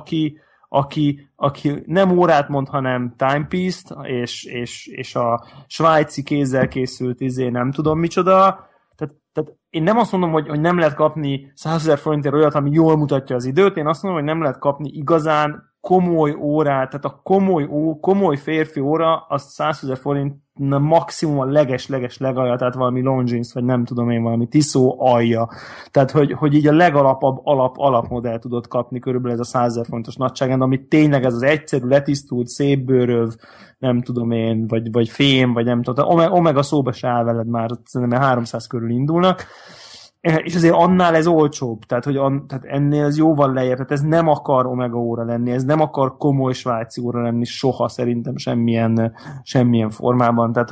aki nem órát mond, hanem timepiece-t, és a svájci kézzel készült nem tudom micsoda. Tehát én nem azt mondom, hogy nem lehet kapni 100 000 forintért olyat, ami jól mutatja az időt, én azt mondom, hogy nem lehet kapni igazán komoly órát, tehát a komoly férfi óra, az 100 000 forint maximum a leges legalja, tehát valami Longines, vagy nem tudom én, valami Tissot alja. Tehát, hogy így a legalapabb alapmodell tudod kapni körülbelül ez a 100 000 forintos nagyságrend, ami tényleg ez az egyszerű, letisztult, szép bőröv, nem tudom én, vagy fém, vagy nem tudom, Omega szóba se áll veled már, szerintem 300 körül indulnak. És azért annál ez olcsóbb, tehát ennél ez jóval lejjebb, tehát ez nem akar Omega óra lenni, ez nem akar komoly svájci óra lenni soha szerintem semmilyen formában, tehát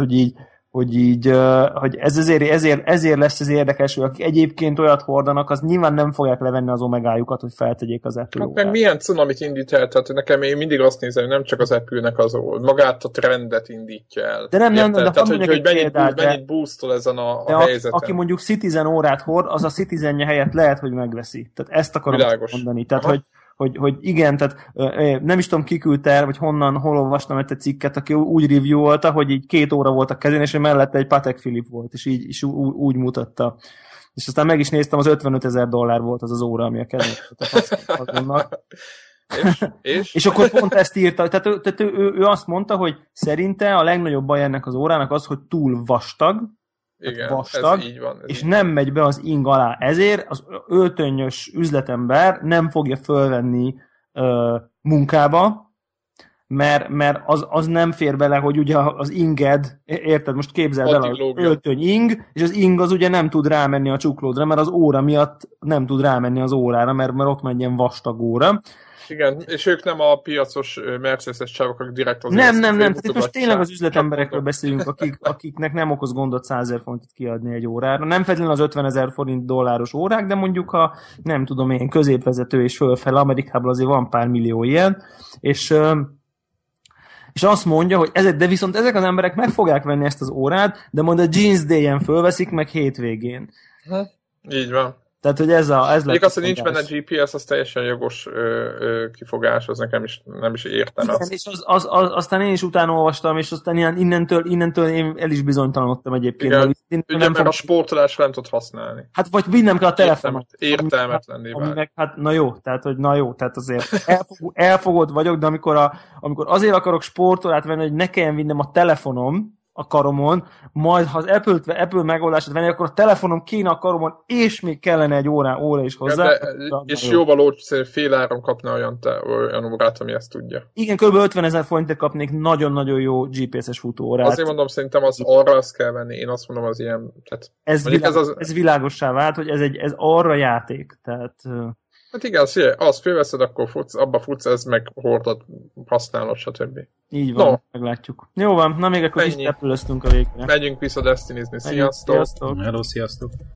hogy ez ezért lesz ez érdekes, hogy akik egyébként olyat hordanak, az nyilván nem fogják levenni az Omegájukat, hogy feltegyék az Apple órát. Meg milyen cunamit indít el, tehát nekem én mindig azt nézem, hogy nem csak az Apple-nek magát a trendet indítja el. De nem, tehát hogy mennyit boostol ezen a helyzeten. Aki mondjuk Citizen órát hord, az a Citizenje helyett lehet, hogy megveszi. Tehát ezt akarom mondani. Tehát, hogy igen, tehát nem is tudom kiküldte el, vagy hol olvastam egy cikket, aki úgy reviewolta, hogy így 2 óra volt a kezén, és mellette egy Patek Philippe volt, és így úgy mutatta. És aztán meg is néztem, az $55 000 volt az óra, ami a kezén. És akkor pont ezt írta, tehát ő azt mondta, hogy szerinte a legnagyobb baj ennek az órának az, hogy túl vastag, igen, vastag, ez így van, és nem megy be az ing alá. Ezért az öltönyös üzletember nem fogja fölvenni munkába, mert az nem fér bele, hogy ugye az inged, érted, most képzeld el az öltöny ing, és az ing az ugye nem tud rámenni a csuklódra, mert az óra miatt nem tud rámenni az órára, mert ott megy ilyen vastag óra. Igen, és ők nem a piacos Mercedes csávok, akik direkt az... Nem, tehát itt most tényleg az üzletemberekről beszélünk, akiknek nem okoz gondot 100 000 forintot kiadni egy órára. Nem feltétlenül az 50 000 forint dolláros órák, de mondjuk a, nem tudom én, középvezető és fölfel, Amerikában azért van pár millió ilyen, és azt mondja, hogy de viszont ezek az emberek meg fogják venni ezt az órát, de majd a Jeans Day-en fölveszik, meg hétvégén. Így van. Tehát, hogy ez még azt, hogy nincs benne GPS, az teljesen jogos kifogás, az nekem is nem is értem. Igen, azt. És aztán én is utána olvastam, és aztán innentől én el is bizonytalanodtam egyébként. Igen, ugye, mert a sportolás nem tud használni. Hát vagy vinnem kell a telefonot. Értelmetlenné válik. Hát na jó, tehát azért elfogott vagyok, de amikor azért akarok sportolát venni, hogy ne kelljen vinnem a telefonom, a karomon, majd ha az Apple megoldását venni, akkor a telefonom kéne a karomon, és még kellene egy óra is hozzá. És jóval olcsó, fél áron kapna olyan órát, ami ezt tudja. Igen, kb. 50 000 forintért kapnék nagyon-nagyon jó GPS-es futóórát. Azért mondom, szerintem arra azt kell venni, én azt mondom, az ilyen... Tehát, ez világossá vált, hogy ez arra játék, tehát... Hát igen, azt fölveszed, akkor abba futsz, ez meg hordod, használod, stb. Így van, meglátjuk. Jó van, na még akkor is repülöztünk a végre. Megyünk vissza Destinizni. Sziasztok! Hello, sziasztok!